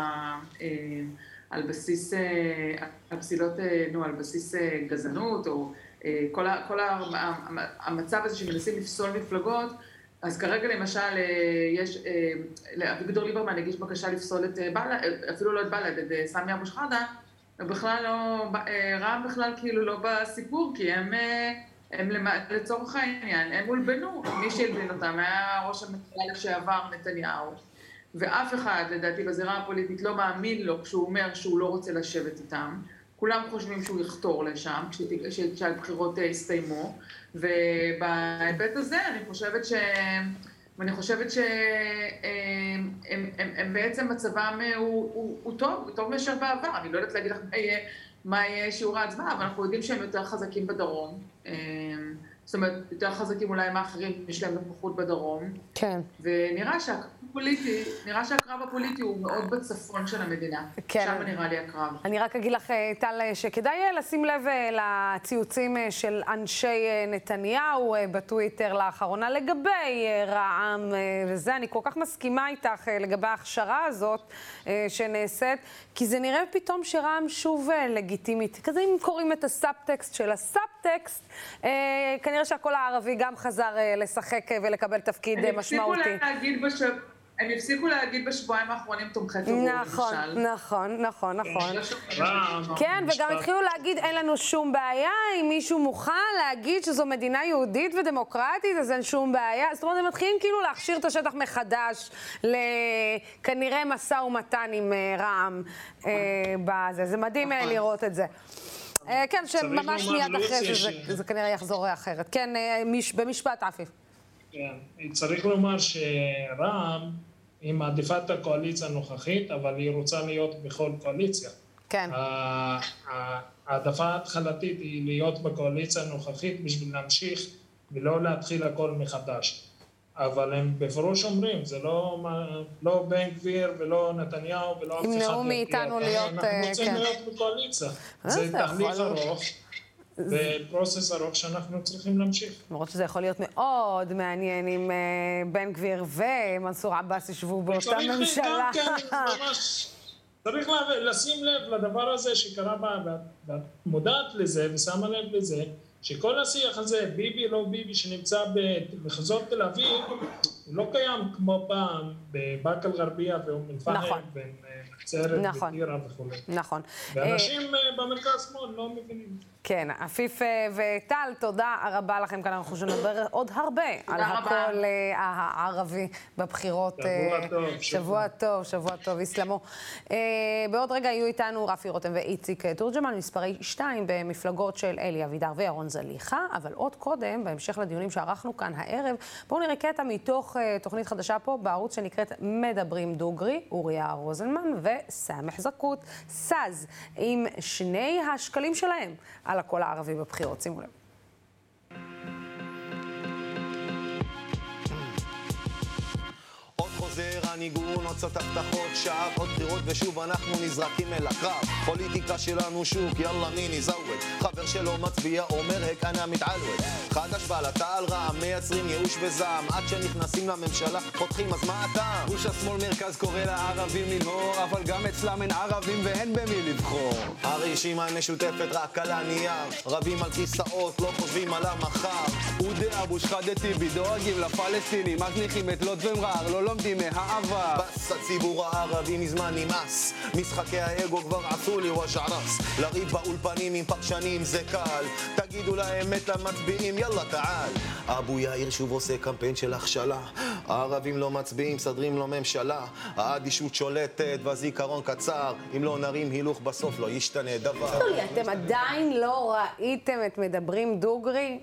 F: על בסיס, הפסילות, נו, על בסיס גזענות, או כל, ה, כל ה, המצב הזה שמנסים לפסול מפלגות, אז כרגע למשל יש, אביגדור ליברמן הגיש בקשה לפסול את בל"ד, אפילו לא את בל"ד, את סמי אבו שחאדה, בכלל לא, רע"מ בכלל כאילו לא בסיפור, כי הם, הם לצורך העניין, הם הולבנו, מי שהלבין אותם היה ראש הממשלה לשעבר נתניהו, ואף אחד, לדעתי, בזירה הפוליטית לא מאמין לו כשהוא אומר שהוא לא רוצה לשבת איתם. כולם חושבים שהוא יחתור לשם, כשהבחירות הסתיימו. ובהיבט הזה, אני חושבת ש... ואני חושבת שהם בעצם מצבם הוא, הוא, הוא טוב, הוא טוב מאשר בעבר. אני לא יודעת להגיד לך מה יהיה, מה יהיה שיעור ההצבעה, אבל אנחנו יודעים שהם יותר חזקים בדרום. זאת אומרת, יותר חזקים אולי מאחרים, יש להם נוכחות בדרום.
A: כן.
F: ונראה שהקרב הפוליטי, נראה שהקרב הפוליטי הוא מאוד בצפון של המדינה. כן. שם נראה לי הקרב.
A: אני רק אגיד לך, טל, שכדאי לשים לב לציוצים של אנשי נתניהו בטוויטר לאחרונה לגבי רע"מ וזה. אני כל כך מסכימה איתך לגבי ההכשרה הזאת שנעשית, כי זה נראה פתאום שרע"מ שוב לגיטימית. כזה אם קוראים את הסאבטקסט של הסאבטקסט, כנראה שהקול הערבי גם חזר לשחק ולקבל תפקיד משמעותי.
F: הם הפסיקו להגיד בשבועיים האחרונים תומכי טרור, למשל.
A: נכון, נכון, נכון, נכון. כן, וגם התחילו להגיד, אין לנו שום בעיה, אם מישהו מוכן להגיד שזו מדינה יהודית ודמוקרטית, אז אין שום בעיה. זאת אומרת, הם מתחילים כאילו להכשיר את השטח מחדש, לכנראה משא ומתן עם רע"מ בזה. זה מדהים לראות את זה. כן, שממש מיד אחרי זה, זה כנראה יחזור אחרת. כן, במשפט, עפיף.
E: כן, צריך לומר שרע"מ היא מעדיפה את הקואליציה הנוכחית, אבל היא רוצה להיות בכל קואליציה.
A: כן.
E: העדפה ההתחלתית היא להיות בקואליציה הנוכחית בשביל להמשיך ולא להתחיל הכל מחדש. אבל הם בפירוש אומרים, זה לא, לא בן גביר ולא נתניהו ולא אף אחד.
A: ימנעו מאיתנו להיות,
E: אנחנו רוצים
A: כן.
E: להיות בקואליציה. זה תהליך ארוך. בפרוסס ארוך שאנחנו צריכים להמשיך.
A: למרות שזה יכול להיות מאוד מעניין אם בן גביר ומנסור עבאס ישבו באותה ממשלה.
E: צריך לשים לב לדבר הזה שקרה, ואת מודעת לזה ושמה לב לזה, שכל השיח הזה, ביבי לא ביבי, שנמצא במחוזות תל אביב, הוא לא קיים כמו פעם בבאקה אל-גרבייה ואום אל-פחם ונצרת וטירה וכו'.
A: נכון.
E: ואנשים במרכז שמאל לא מבינים.
A: כן, עפיף וטל, תודה רבה לכם כאן, אנחנו שנדבר עוד הרבה על הקול הערבי בבחירות.
E: שבוע טוב.
A: שבוע טוב, שבוע טוב, איסלאמו. בעוד רגע יהיו איתנו רפי רותם ואיציק תורג'מן, מספרי שתיים במפלגות של אלי אבידר וירון זליכה, אבל עוד קודם, בהמשך לדיונים שערכנו כאן הערב, בואו נראה קטע מתוך תוכנית חדשה פה בערוץ שנקראת מדברים דוגרי, אוריה רוזנמן וסמח זקות, סאז, עם שני השקלים שלהם על הקול הערבי בבחירות. שימו לב.
G: חוזר הניגון, הוצאות הבטחות שווא, עוד בחירות ושוב אנחנו נזרקים אל הקרב. פוליטיקה שלנו שוק, יאללה מי נזווד, חבר שלו מצביע אומר הק אנה מתעלווד. חדש בעלתה רעם, מייצרים ייאוש וזעם, עד שנכנסים לממשלה פותחים אז מה הטעם? גוש השמאל מרכז קורא לערבים לנהור, אבל גם אצלם אין ערבים ואין במי לבחור. הרשימה משותפת רק על הנייר, רבים על כיסאות, לא חושבים על המחר. עודה אבו שחאדה טיבי דואגים לפלסטינים, מזניחים את לוד ומרר, לא לומדים מהעבר. בס הציבור הערבי מזמן נמאס, משחקי האגו כבר עשו לי וג'ערס. לריב באולפנים עם פרשנים זה קל, תגידו לאמת למצביעים יאללה תעל. אבו יאיר שוב עושה קמפיין של הכשלה, הערבים לא מצביעים, סדרים לו ממשלה. האדישות שולטת והזיכרון קצר, אם לא נרים הילוך בסוף לא ישתנה דבר.
A: תגידו לי, אתם עדיין לא ראיתם את מדברים דוגרי?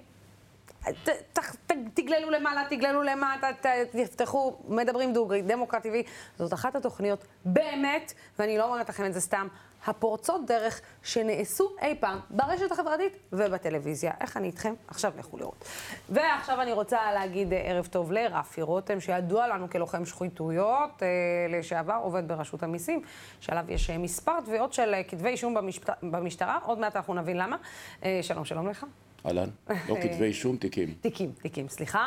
A: תגללו למעלה, תגללו למטה, תפתחו, מדברים דוגרי, דמוקרט טי וי. זאת אחת התוכניות באמת, ואני לא אומרת לכם את זה סתם, הפורצות דרך שנעשו אי פעם ברשת החברתית ובטלוויזיה. איך אני איתכם? עכשיו לכו לראות. ועכשיו אני רוצה להגיד ערב טוב לרפי רותם, שידוע לנו כלוחם שחיתויות, לשעבר עובד ברשות המיסים, שעליו יש מספר תביעות של כתבי אישום במשטרה, עוד מעט אנחנו נבין למה. שלום, שלום לך.
H: אהלן, לא כתבי אישום, תיקים.
A: תיקים, תיקים, סליחה.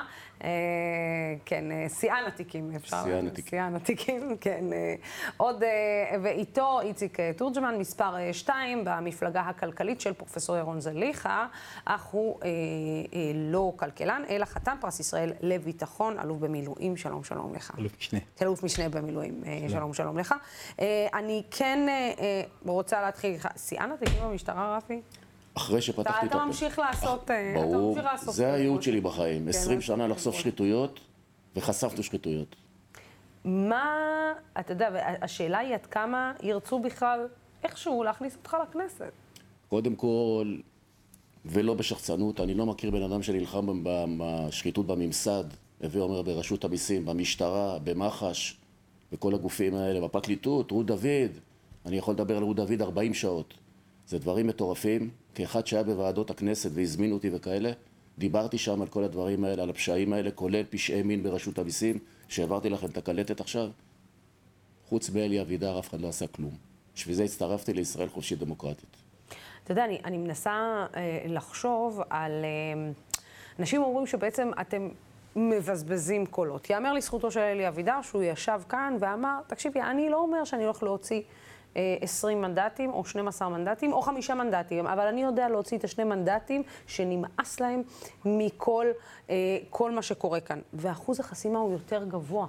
A: כן, שיאן התיקים, אפשר?
H: שיאן התיקים.
A: שיאן התיקים, כן. עוד, ואיתו איציק תורג'מן, מספר שתיים, במפלגה הכלכלית של פרופסור ירון זליכה, אך הוא לא כלכלן, אלא חתן פרס ישראל לביטחון, אלוף במילואים, שלום, שלום לך.
C: אלוף משנה.
A: אלוף משנה במילואים, שלום, שלום לך. אני כן רוצה להתחיל איתך, שיאן התיקים במשטרה, רפי?
H: אחרי שפתחתי את הפה.
A: אתה ממשיך לעשות...
H: ברור, זה הייעוד שלי בחיים. עשרים שנה לחשוף שחיתויות, וחשפנו שחיתויות.
A: מה, אתה יודע, השאלה היא עד כמה ירצו בכלל איכשהו להכניס אותך לכנסת?
H: קודם כל, ולא בשחצנות, אני לא מכיר בן אדם שנלחם בשחיתות בממסד, הביא אומר ברשות המיסים, במשטרה, במח"ש, בכל הגופים האלה, בפרקליטות, רות דוד, אני יכול לדבר על רות דוד ארבעים שעות. זה דברים מטורפים, כאחד שהיה בוועדות הכנסת והזמינו אותי וכאלה, דיברתי שם על כל הדברים האלה, על הפשעים האלה, כולל פשעי מין ברשות המיסים, שהעברתי לכם את הקלטת עכשיו. חוץ באלי אבידר, אף אחד לא עשה כלום. בשביל זה הצטרפתי לישראל חופשית דמוקרטית.
A: אתה יודע, אני, אני מנסה אה, לחשוב על... אה, אנשים אומרים שבעצם אתם מבזבזים קולות. יאמר לזכותו של אלי אבידר שהוא ישב כאן ואמר, תקשיבי, אני לא אומר שאני הולך להוציא עשרים מנדטים, או שנים עשר מנדטים, או חמישה מנדטים, אבל אני יודע להוציא את השני מנדטים שנמאס להם מכל אה, כל מה שקורה כאן. ואחוז החסימה הוא יותר גבוה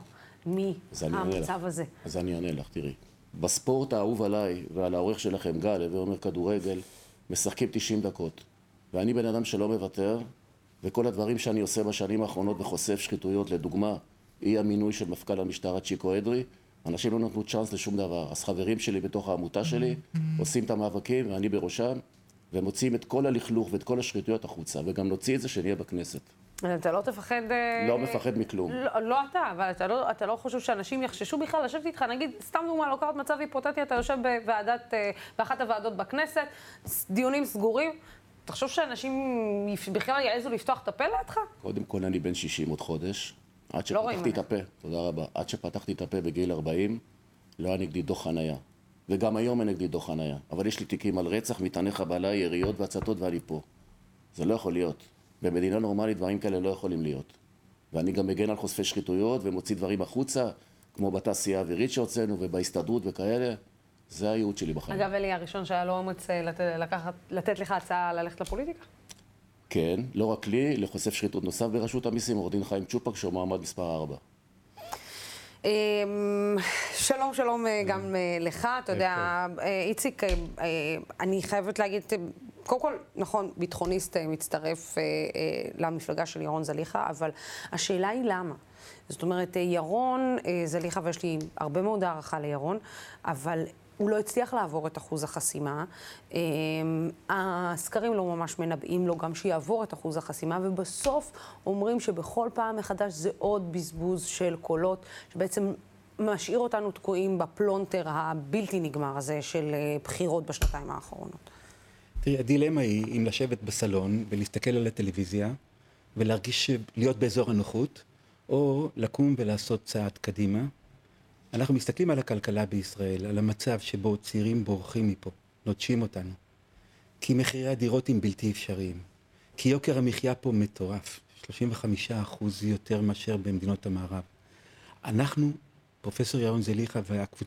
A: מהמצב הזה.
H: אז אני אענה לך, תראי. בספורט האהוב עליי ועל העורך שלכם, גל, הווי אומר כדורגל, משחקים תשעים דקות. ואני בן אדם שלא מוותר, וכל הדברים שאני עושה בשנים האחרונות וחושף שחיתויות, לדוגמה, אי המינוי של מפכ"ל המשטרה צ'יקו אדרי, אנשים לא נתנו צ'אנס לשום דבר. אז חברים שלי בתוך העמותה שלי עושים את המאבקים, ואני בראשם, ומוצאים את כל הלכלוך ואת כל השחיתויות החוצה, וגם נוציא את זה שנהיה בכנסת.
A: אתה לא תפחד...
H: לא מפחד מכלום.
A: לא, לא אתה, אבל אתה לא, אתה לא חושב שאנשים יחששו בכלל לשבת איתך. נגיד, סתם דוגמה, לוקחת מצב היפותטי, אתה יושב בוועדת, באחת הוועדות בכנסת, דיונים סגורים, תחשוב שאנשים בכלל יעזו לפתוח את הפה לידך?
H: קודם כל, אני בן שישים עוד חודש. עד שפתחתי את הפה, תודה רבה, עד שפתחתי את הפה בגיל ארבעים, לא היה נגדי דוח חנייה. וגם היום אין נגדי דוח חנייה. אבל יש לי תיקים על רצח, מטעני חבלה, יריות והצתות, ואני פה. זה לא יכול להיות. במדינה נורמלית דברים כאלה לא יכולים להיות. ואני גם מגן על חושפי שחיתויות ומוציא דברים החוצה, כמו בתעשייה האווירית שהוצאנו ובהסתדרות וכאלה. זה הייעוד שלי בחיים.
A: אגב, אלי, הראשון שהיה לו אומץ לקחת, לתת לך הצעה ללכת לפוליטיקה?
H: כן, לא רק לי, לחושף שחיתות נוסף ברשות המיסים, עורך דין חיים צ'ופק, שהוא מעמד מספר ארבע.
A: שלום, שלום גם לך. אתה יודע, איציק, אני חייבת להגיד, קודם כל, נכון, ביטחוניסט מצטרף למפלגה של ירון זליכה, אבל השאלה היא למה. זאת אומרת, ירון זליכה, ויש לי הרבה מאוד הערכה לירון, אבל הוא לא הצליח לעבור את אחוז החסימה. הסקרים לא ממש מנבאים לו גם שיעבור את אחוז החסימה, ובסוף אומרים שבכל פעם מחדש זה עוד בזבוז של קולות, שבעצם משאיר אותנו תקועים בפלונטר הבלתי נגמר הזה של בחירות בשנתיים האחרונות.
I: תראי, הדילמה היא אם לשבת בסלון ולהסתכל על הטלוויזיה ולהרגיש להיות באזור הנוחות, או לקום ולעשות צעד קדימה. אנחנו מסתכלים על הכלכלה בישראל, על המצב שבו צעירים בורחים מפה, נוטשים אותנו. כי מחירי הדירות הם בלתי אפשריים. כי יוקר המחיה פה מטורף, שלושים וחמישה אחוז יותר מאשר במדינות המערב. אנחנו, פרופסור ירון זליכה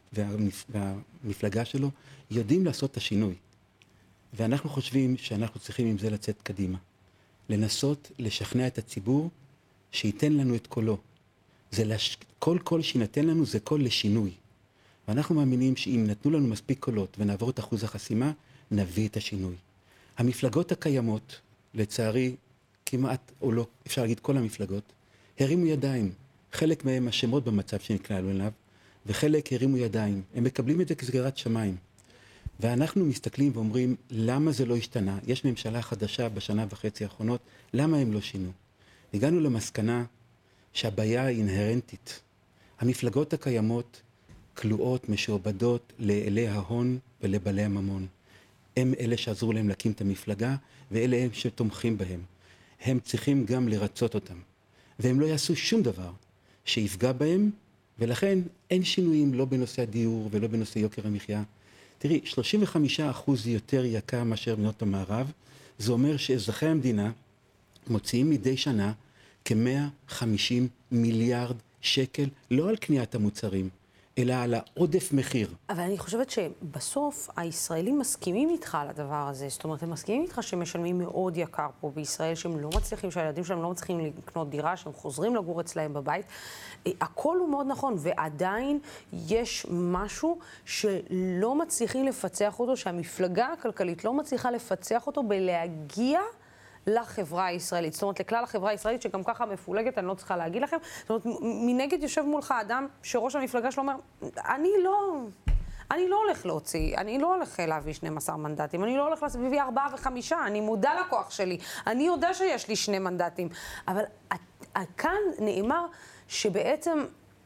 I: והמפלגה שלו, יודעים לעשות את השינוי. ואנחנו חושבים שאנחנו צריכים עם זה לצאת קדימה. לנסות לשכנע את הציבור שייתן לנו את קולו. זה לש... כל קול שינתן לנו זה קול לשינוי. ואנחנו מאמינים שאם נתנו לנו מספיק קולות ונעבור את אחוז החסימה, נביא את השינוי. המפלגות הקיימות, לצערי, כמעט, או לא, אפשר להגיד כל המפלגות, הרימו ידיים. חלק מהם אשמות במצב שנקלענו אליו, וחלק הרימו ידיים. הם מקבלים את זה כסגירת שמיים. ואנחנו מסתכלים ואומרים, למה זה לא השתנה? יש ממשלה חדשה בשנה וחצי האחרונות, למה הם לא שינו? הגענו למסקנה שהבעיה היא אינהרנטית. המפלגות הקיימות כלואות, משועבדות לאלי ההון ולבעלי הממון. הם אלה שעזרו להם להקים את המפלגה, ואלה הם שתומכים בהם. הם צריכים גם לרצות אותם. והם לא יעשו שום דבר שיפגע בהם, ולכן אין שינויים לא בנושא הדיור ולא בנושא יוקר המחיה. תראי, שלושים וחמישה אחוז יותר יקר מאשר במדינות המערב, זה אומר שאזרחי המדינה מוציאים מדי שנה כ-מאה וחמישים מיליארד שקל, לא על קניית המוצרים, אלא על העודף מחיר.
A: אבל אני חושבת שבסוף הישראלים מסכימים איתך על הדבר הזה. זאת אומרת, הם מסכימים איתך שהם משלמים מאוד יקר פה בישראל, שהם לא מצליחים, שהילדים שלהם לא מצליחים לקנות דירה, שהם חוזרים לגור אצלהם בבית. הכל הוא מאוד נכון, ועדיין יש משהו שלא מצליחים לפצח אותו, שהמפלגה הכלכלית לא מצליחה לפצח אותו בלהגיע לחברה הישראלית. זאת אומרת, לכלל החברה הישראלית, שגם ככה מפולגת, אני לא צריכה להגיד לכם. זאת אומרת, מנגד יושב מולך אדם שראש המפלגה שלו אומר, אני לא, אני לא הולך להוציא, אני לא הולך להביא שנים עשר מנדטים, אני לא הולך להביא ארבעה וחמישה, אני מודע לכוח שלי, אני יודע שיש לי שני מנדטים. אבל כאן נאמר שבעצם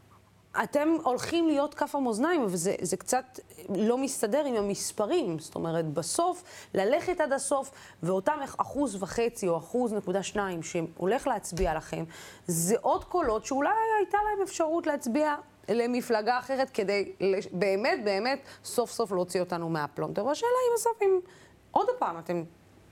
A: אתם הולכים להיות כף המאזניים, וזה זה קצת לא מסתדר עם המספרים. זאת אומרת, בסוף, ללכת עד הסוף, ואותם אחוז וחצי או אחוז נקודה שניים שהולך להצביע לכם, זה עוד קולות שאולי הייתה להם אפשרות להצביע למפלגה אחרת, כדי באמת, באמת, סוף סוף להוציא אותנו מהפלונטר. והשאלה היא בסוף, אם עוד פעם אתם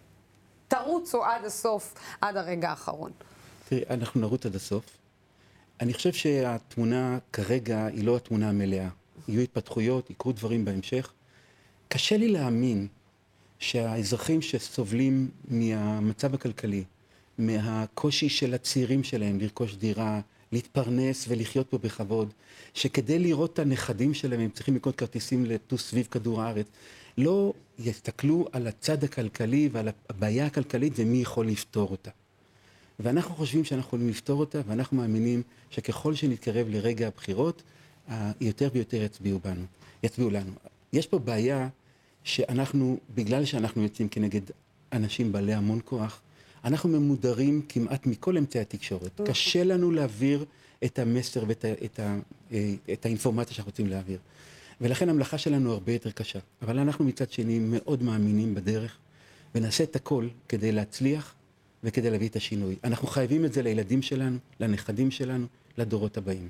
A: תרוצו עד הסוף, עד הרגע האחרון.
I: תראי, אנחנו נרוץ עד הסוף. אני חושב שהתמונה כרגע היא לא התמונה המלאה. יהיו התפתחויות, יקרו דברים בהמשך. קשה לי להאמין שהאזרחים שסובלים מהמצב הכלכלי, מהקושי של הצעירים שלהם לרכוש דירה, להתפרנס ולחיות פה בכבוד, שכדי לראות את הנכדים שלהם הם צריכים לקנות כרטיסים לטוס סביב כדור הארץ, לא יסתכלו על הצד הכלכלי ועל הבעיה הכלכלית ומי יכול לפתור אותה. ואנחנו חושבים שאנחנו יכולים לפתור אותה, ואנחנו מאמינים שככל שנתקרב לרגע הבחירות, יותר ויותר יצביעו בנו, יצביעו לנו. יש פה בעיה שאנחנו, בגלל שאנחנו יוצאים כנגד אנשים בעלי המון כוח, אנחנו ממודרים כמעט מכל אמצעי התקשורת. קשה לנו להעביר את המסר ואת ה, את ה, את האינפורמציה שאנחנו רוצים להעביר. ולכן המלאכה שלנו הרבה יותר קשה. אבל אנחנו מצד שני מאוד מאמינים בדרך, ונעשה את הכל כדי להצליח, וכדי להביא את השינוי. אנחנו חייבים את זה לילדים שלנו, לנכדים שלנו, לדורות הבאים.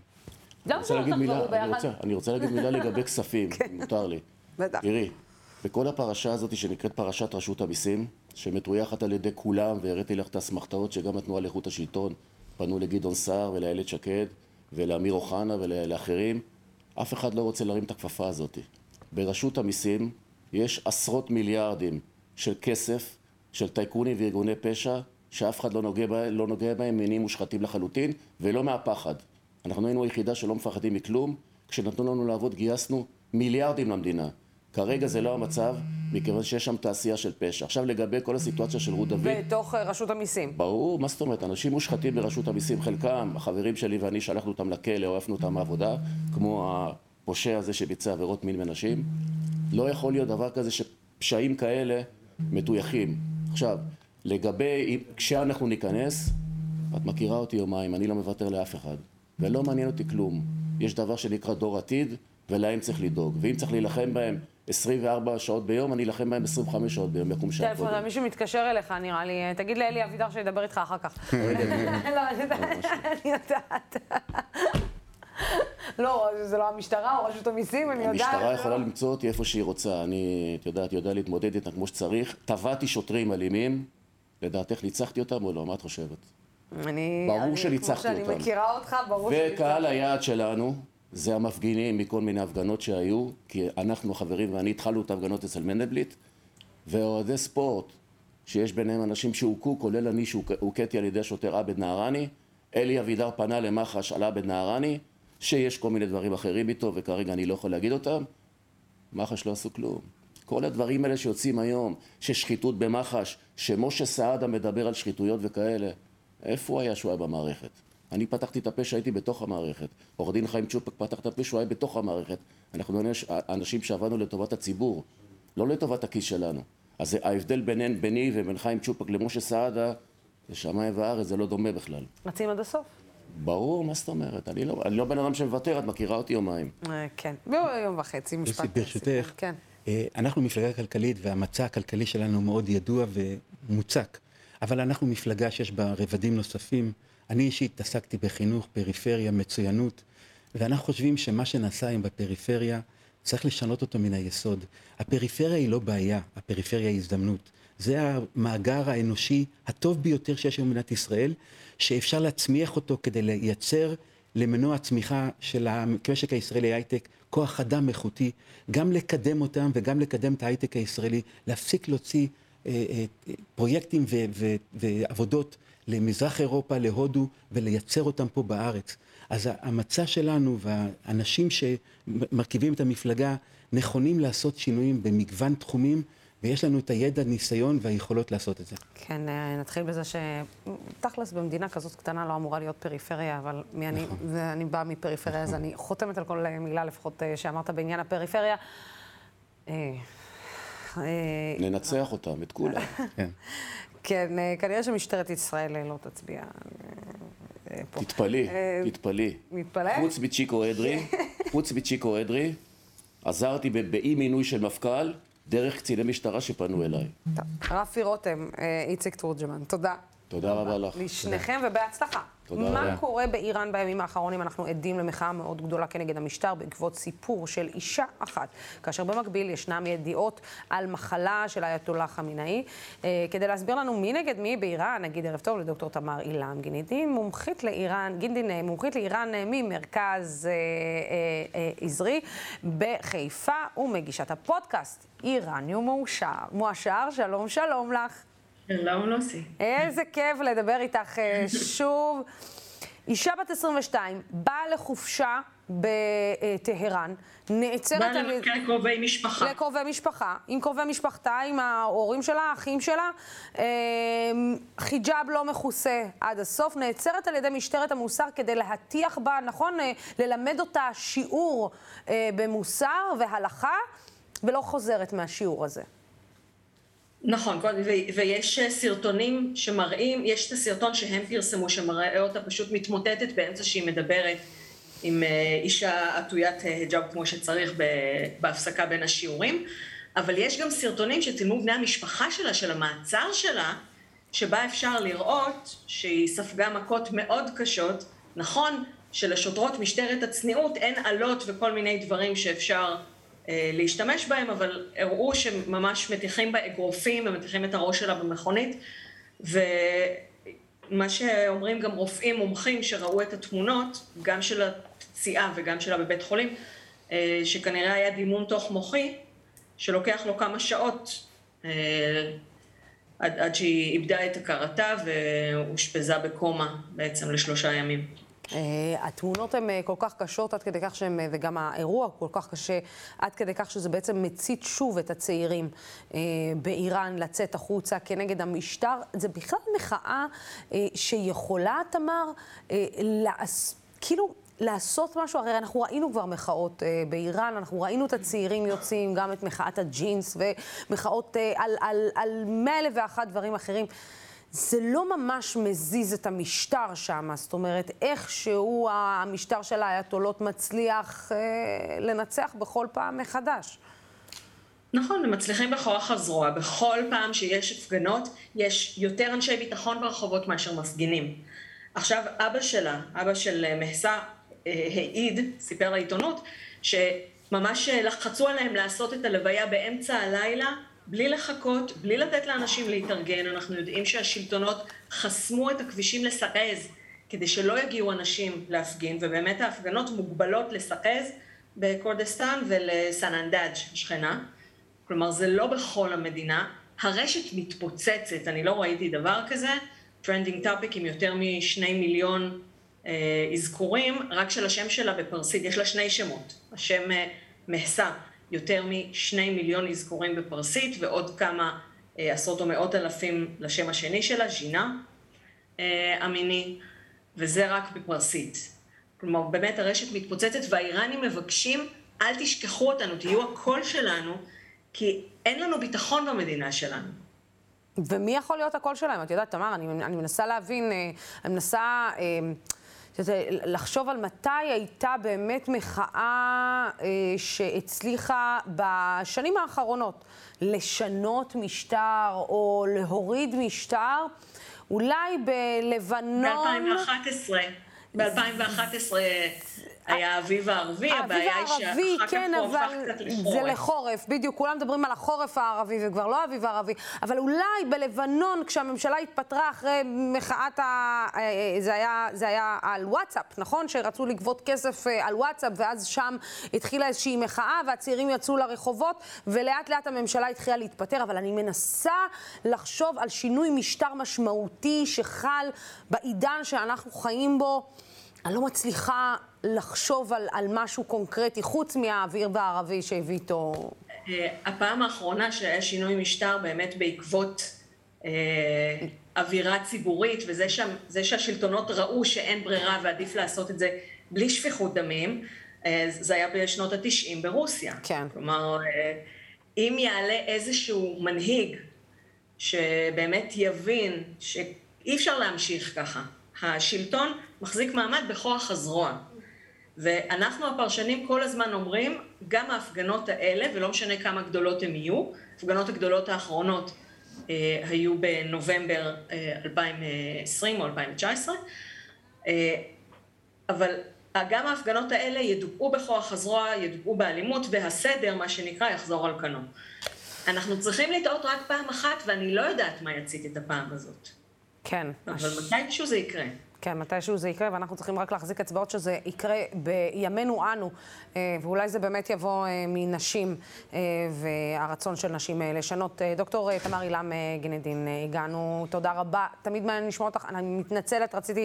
H: אני רוצה להגיד מילה לגבי כספים, אם מותר לי. תראי, בכל הפרשה הזאת שנקראת פרשת רשות המיסים, שמטויחת על ידי כולם, והראיתי לך את האסמכתאות שגם התנועה לאיכות השלטון פנו לגדעון סער ולאיילת שקד ולאמיר אוחנה ולאחרים, אף אחד לא רוצה להרים את הכפפה הזאת. ברשות המיסים יש עשרות מיליארדים של כסף, של טייקונים וארגוני פשע, שאף אחד לא נוגע בהם, לא נוגע בהם, מינים מושחתים לחלוטין, ולא מהפחד. אנחנו היינו היחידה שלא מפחדים מכלום, כשנתנו לנו לעבוד גייסנו מיליארדים למדינה. כרגע זה לא המצב, מכיוון שיש שם תעשייה של פשע. עכשיו לגבי כל הסיטואציה של רות דוד.
A: בתוך רשות המיסים.
H: ברור, מה זאת אומרת? אנשים מושחתים ברשות המיסים, חלקם, החברים שלי ואני שלחנו אותם לכלא, או העפנו אותם מעבודה, כמו הפושע הזה שביצע עבירות מין ונשים. לא יכול להיות דבר כזה שפשעים כאלה מטויחים. עכשיו, לגבי, כשאנחנו ניכנס, את מכירה אותי יומיים, אני לא מוותר לאף אחד. ולא מעניין אותי כלום. יש דבר שנקרא דור עתיד, ולהם צריך לדאוג. ואם צריך להילחם בהם עשרים וארבע שעות ביום, אני אלחם בהם עשרים וחמש שעות ביום, יקום שעה קודם.
A: טלפון, מישהו מתקשר אליך, נראה לי. תגיד לאלי אבידר שידבר איתך אחר כך. לא, אני יודעת. לא, זה לא המשטרה או רשות המיסים, אני יודעת.
H: המשטרה יכולה למצוא אותי איפה שהיא רוצה. אני, את יודעת, יודע להתמודד איתה כמו שצריך. טבעתי שוטרים אלימים, לדעתך ניצחתי אותם או לא? מה את חושבת?
A: אני...
H: ברור שניצחתי אותם.
A: כמו שאני מכירה אותך, ברור שניצחתי.
H: וקהל היעד שלנו, זה המפגינים מכל מיני הפגנות שהיו, כי אנחנו חברים ואני התחלנו את ההפגנות אצל מנדלבליט, ואוהדי ספורט, שיש ביניהם אנשים שהוכו, כולל אני שהוכיתי על ידי השוטר עבד נהרני, אלי אבידר פנה למח"ש על עבד נהרני, שיש כל מיני דברים אחרים איתו, וכרגע אני לא יכול להגיד אותם, מח"ש לא עשו כלום. כל הדברים האלה שיוצאים היום, ששחיתות במח"ש, שמשה סעדה מדבר על שחיתויות וכאלה, איפה הוא היה שהוא היה במערכת? אני פתחתי את הפה שהייתי בתוך המערכת. עורך דין חיים צ'ופק פתח את הפה שהוא היה בתוך המערכת. אנחנו אנשים שעבדנו לטובת הציבור, לא לטובת הכיס שלנו. אז ההבדל בינינו, ביני ובין חיים צ'ופק למשה סעדה, זה שמיים וארץ, זה לא דומה בכלל.
A: רצים עד הסוף?
H: ברור, מה זאת אומרת? אני לא, אני לא בן אדם שמוותר, את מכירה אותי יומיים.
A: כן, יום וחצי, משפט.
I: ברשותך,
A: כן.
I: אנחנו מפלגה כלכלית והמצע הכלכלי שלנו מאוד ידוע ומוצק, אבל אנחנו מפלגה שיש בה רבדים נוספים. אני אישית התעסקתי בחינוך, פריפריה, מצוינות, ואנחנו חושבים שמה שנעשה היום בפריפריה, צריך לשנות אותו מן היסוד. הפריפריה היא לא בעיה, הפריפריה היא הזדמנות. זה המאגר האנושי הטוב ביותר שיש היום במדינת ישראל, שאפשר להצמיח אותו כדי לייצר למנוע הצמיחה של המשק הישראלי הייטק, כוח אדם איכותי, גם לקדם אותם וגם לקדם את ההייטק הישראלי, להפסיק להוציא אה, אה, פרויקטים ו- ו- ועבודות למזרח אירופה, להודו, ולייצר אותם פה בארץ. אז המצע שלנו והאנשים שמרכיבים את המפלגה נכונים לעשות שינויים במגוון תחומים, ויש לנו את הידע, ניסיון והיכולות לעשות את זה.
A: כן, נתחיל בזה שתכלס במדינה כזאת קטנה לא אמורה להיות פריפריה, אבל מי אני, ואני באה מפריפריה, אז אני חותמת על כל מילה לפחות שאמרת בעניין הפריפריה.
H: ננצח אותם, את כולם.
A: כן, כנראה שמשטרת ישראל לא תצביע פה.
H: תתפלי, תתפלי.
A: מתפלא?
H: חוץ מצ'יקו אדרי, חוץ מצ'יקו אדרי, עזרתי באי מינוי של מפכ"ל, דרך קציני משטרה שפנו אליי.
A: טוב, רפי רותם, איציק תורג'מן, תודה.
H: תודה רבה לך.
A: לשניכם ובהצלחה. מה קורה באיראן בימים האחרונים? אנחנו עדים למחאה מאוד גדולה כנגד המשטר בעקבות סיפור של אישה אחת, כאשר במקביל ישנם ידיעות על מחלה של האייתוללה חמינאי. כדי להסביר לנו מי נגד מי באיראן, נגיד ערב טוב לדוקטור תמר אילם גינדין, מומחית לאיראן, גינדין, מומחית לאיראן ממרכז עזרי בחיפה, ומגישת הפודקאסט איראניום מואשר. מואשר, שלום שלום לך.
J: שלום לוסי.
A: איזה כיף לדבר איתך שוב. אישה בת עשרים ושתיים, באה לחופשה בטהרן, נעצרת...
J: באה לבקר קרובי משפחה.
A: לקרובי משפחה, עם קרובי משפחתה, עם ההורים שלה, האחים שלה. חיג'אב לא מכוסה עד הסוף, נעצרת על ידי משטרת המוסר כדי להטיח בה, נכון? ללמד אותה שיעור במוסר והלכה, ולא חוזרת מהשיעור הזה.
J: נכון, ויש סרטונים שמראים, יש את הסרטון שהם פרסמו שמראה אותה פשוט מתמוטטת באמצע שהיא מדברת עם אישה עטוית היג'אב כמו שצריך בהפסקה בין השיעורים, אבל יש גם סרטונים שצילמו בני המשפחה שלה, של המעצר שלה, שבה אפשר לראות שהיא ספגה מכות מאוד קשות. נכון שלשוטרות משטרת הצניעות אין עלות וכל מיני דברים שאפשר להשתמש בהם, אבל הראו שממש מתיחים בה אגרופים ומתיחים את הראש שלה במכונית, ומה שאומרים גם רופאים מומחים שראו את התמונות, גם של הפציעה וגם שלה בבית חולים, שכנראה היה דימום תוך מוחי, שלוקח לו כמה שעות עד, עד שהיא איבדה את הכרתה והושפזה בקומה בעצם לשלושה ימים.
A: התמונות הן כל כך קשות עד כדי כך שהן, וגם האירוע כל כך קשה עד כדי כך שזה בעצם מצית שוב את הצעירים באיראן לצאת החוצה כנגד המשטר. זה בכלל מחאה שיכולה, תמר, כאילו לעשות משהו. הרי אנחנו ראינו כבר מחאות באיראן, אנחנו ראינו את הצעירים יוצאים, גם את מחאת הג'ינס ומחאות על, על, על מאה אלף ואחת דברים אחרים. זה לא ממש מזיז את המשטר שם, זאת אומרת, איכשהו המשטר של האייתולות מצליח אה, לנצח בכל פעם מחדש.
J: נכון, הם מצליחים בכוח הזרוע. בכל פעם שיש הפגנות, יש יותר אנשי ביטחון ברחובות מאשר מפגינים. עכשיו, אבא שלה, אבא של מהסה, אה, העיד, סיפר לעיתונות, שממש לחצו עליהם לעשות את הלוויה באמצע הלילה, בלי לחכות, בלי לתת לאנשים להתארגן. אנחנו יודעים שהשלטונות חסמו את הכבישים לסקז, כדי שלא יגיעו אנשים להפגין, ובאמת ההפגנות מוגבלות לסקז בקורדסטן ולסננדאג' שכנה. כלומר, זה לא בכל המדינה. הרשת מתפוצצת, אני לא ראיתי דבר כזה. טרנדינג טופיק עם יותר משני מיליון אה, אזכורים, רק של השם שלה בפרסית. יש לה שני שמות. השם אה, מהסה. יותר משני מיליון אזכורים בפרסית, ועוד כמה אה, עשרות או מאות אלפים לשם השני שלה, ז'ינה אה, אמיני, וזה רק בפרסית. כלומר, באמת הרשת מתפוצצת, והאיראנים מבקשים, אל תשכחו אותנו, תהיו הקול שלנו, כי אין לנו ביטחון במדינה שלנו.
A: ומי יכול להיות הקול שלהם? את יודעת, תמר, אני, אני מנסה להבין, אני מנסה... שזה, לחשוב על מתי הייתה באמת מחאה אה, שהצליחה בשנים האחרונות לשנות משטר או להוריד משטר, אולי בלבנון...
J: ב-אלפיים ואחת עשרה. ב-אלפיים ואחת עשרה היה האביב הערבי, הבעיה היא שאחר כך הוא הפך קצת לחורף.
A: זה לחורף, בדיוק, כולם מדברים על החורף הערבי וכבר לא האביב הערבי, אבל אולי בלבנון כשהממשלה התפטרה אחרי מחאת ה... זה היה, זה היה על וואטסאפ, נכון? שרצו לגבות כסף על וואטסאפ, ואז שם התחילה איזושהי מחאה והצעירים יצאו לרחובות, ולאט לאט הממשלה התחילה להתפטר, אבל אני מנסה לחשוב על שינוי משטר משמעותי שחל בעידן שאנחנו חיים בו. אני לא מצליחה לחשוב על, על משהו קונקרטי, חוץ מהאוויר והערבי שהביא איתו.
J: הפעם האחרונה שהיה שינוי משטר באמת בעקבות אה, אווירה ציבורית, וזה שם, זה שהשלטונות ראו שאין ברירה ועדיף לעשות את זה בלי שפיכות דמים, אה, זה היה בשנות התשעים ברוסיה.
A: כן.
J: כלומר, אה, אם יעלה איזשהו מנהיג שבאמת יבין שאי אפשר להמשיך ככה, השלטון מחזיק מעמד בכוח הזרוע. ואנחנו הפרשנים כל הזמן אומרים, גם ההפגנות האלה, ולא משנה כמה גדולות הן יהיו, ההפגנות הגדולות האחרונות אה, היו בנובמבר אה, אלפיים ועשרים או אלפיים תשע עשרה, אה, אבל גם ההפגנות האלה ידוכאו בכוח הזרוע, ידוכאו באלימות, והסדר, מה שנקרא, יחזור על כנו. אנחנו צריכים לטעות רק פעם אחת, ואני לא יודעת מה יצית את הפעם הזאת.
A: כן.
J: אבל מתישהו זה יקרה.
A: כן, מתישהו זה יקרה, ואנחנו צריכים רק להחזיק אצבעות שזה יקרה בימינו אנו, ואולי זה באמת יבוא מנשים, והרצון של נשים לשנות. דוקטור תמר אילם גנדין, הגענו, תודה רבה. תמיד מעניין לשמוע אותך, אני מתנצלת, רציתי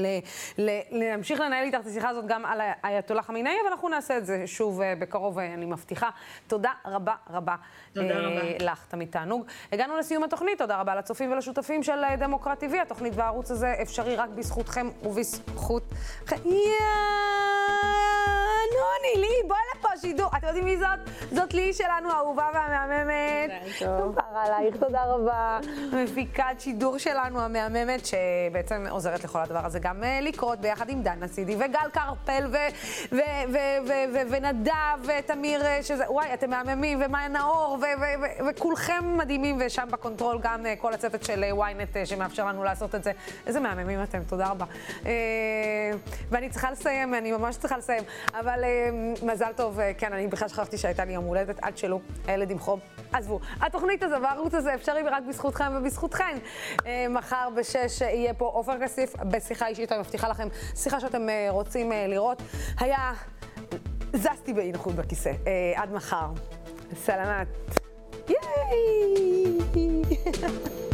A: להמשיך לנהל איתך את השיחה הזאת גם על האייתוללה חמינאי, אבל אנחנו נעשה את זה שוב בקרוב, אני מבטיחה. תודה רבה רבה.
J: תודה רבה.
A: לך, תמיד תענוג. הגענו לסיום התוכנית, תודה רבה לצופים ולשותפים של דמוקרט טי וי. התוכנית והערוץ הזה אפשרי רק בזכותכם ובזכות... יאנו, נילי, בואי לפה שידור. אתם יודעים מי זאת? זאת לי שלנו, האהובה והמהממת. טוב. עלייך, תודה רבה. מפיקת שידור שלנו המהממת, שבעצם עוזרת לכל הדבר הזה גם לקרות ביחד עם דנה סידי וגל קרפל ונדב ותמיר, שזה... וואי, אתם מהממים, ומאיה נאור, וכולכם מדהימים, ושם בקונטרול גם כל הצוות של וויינט שמאפשר לנו לעשות את זה. איזה מהממים אתם, תודה רבה. ואני צריכה לסיים, אני ממש צריכה לסיים, אבל מזל טוב, כן, אני בכלל שכחתי שהייתה לי יום הולדת, עד שלא, הילד עם חום. עזבו, התוכנית הזו והערוץ הזה אפשרי רק בזכותכם ובזכותכן. מחר בשש יהיה פה עופר כסיף בשיחה אישית, אני מבטיחה לכם, שיחה שאתם רוצים לראות. היה, זזתי באי נוחות בכיסא. עד מחר. סלמת. ייי!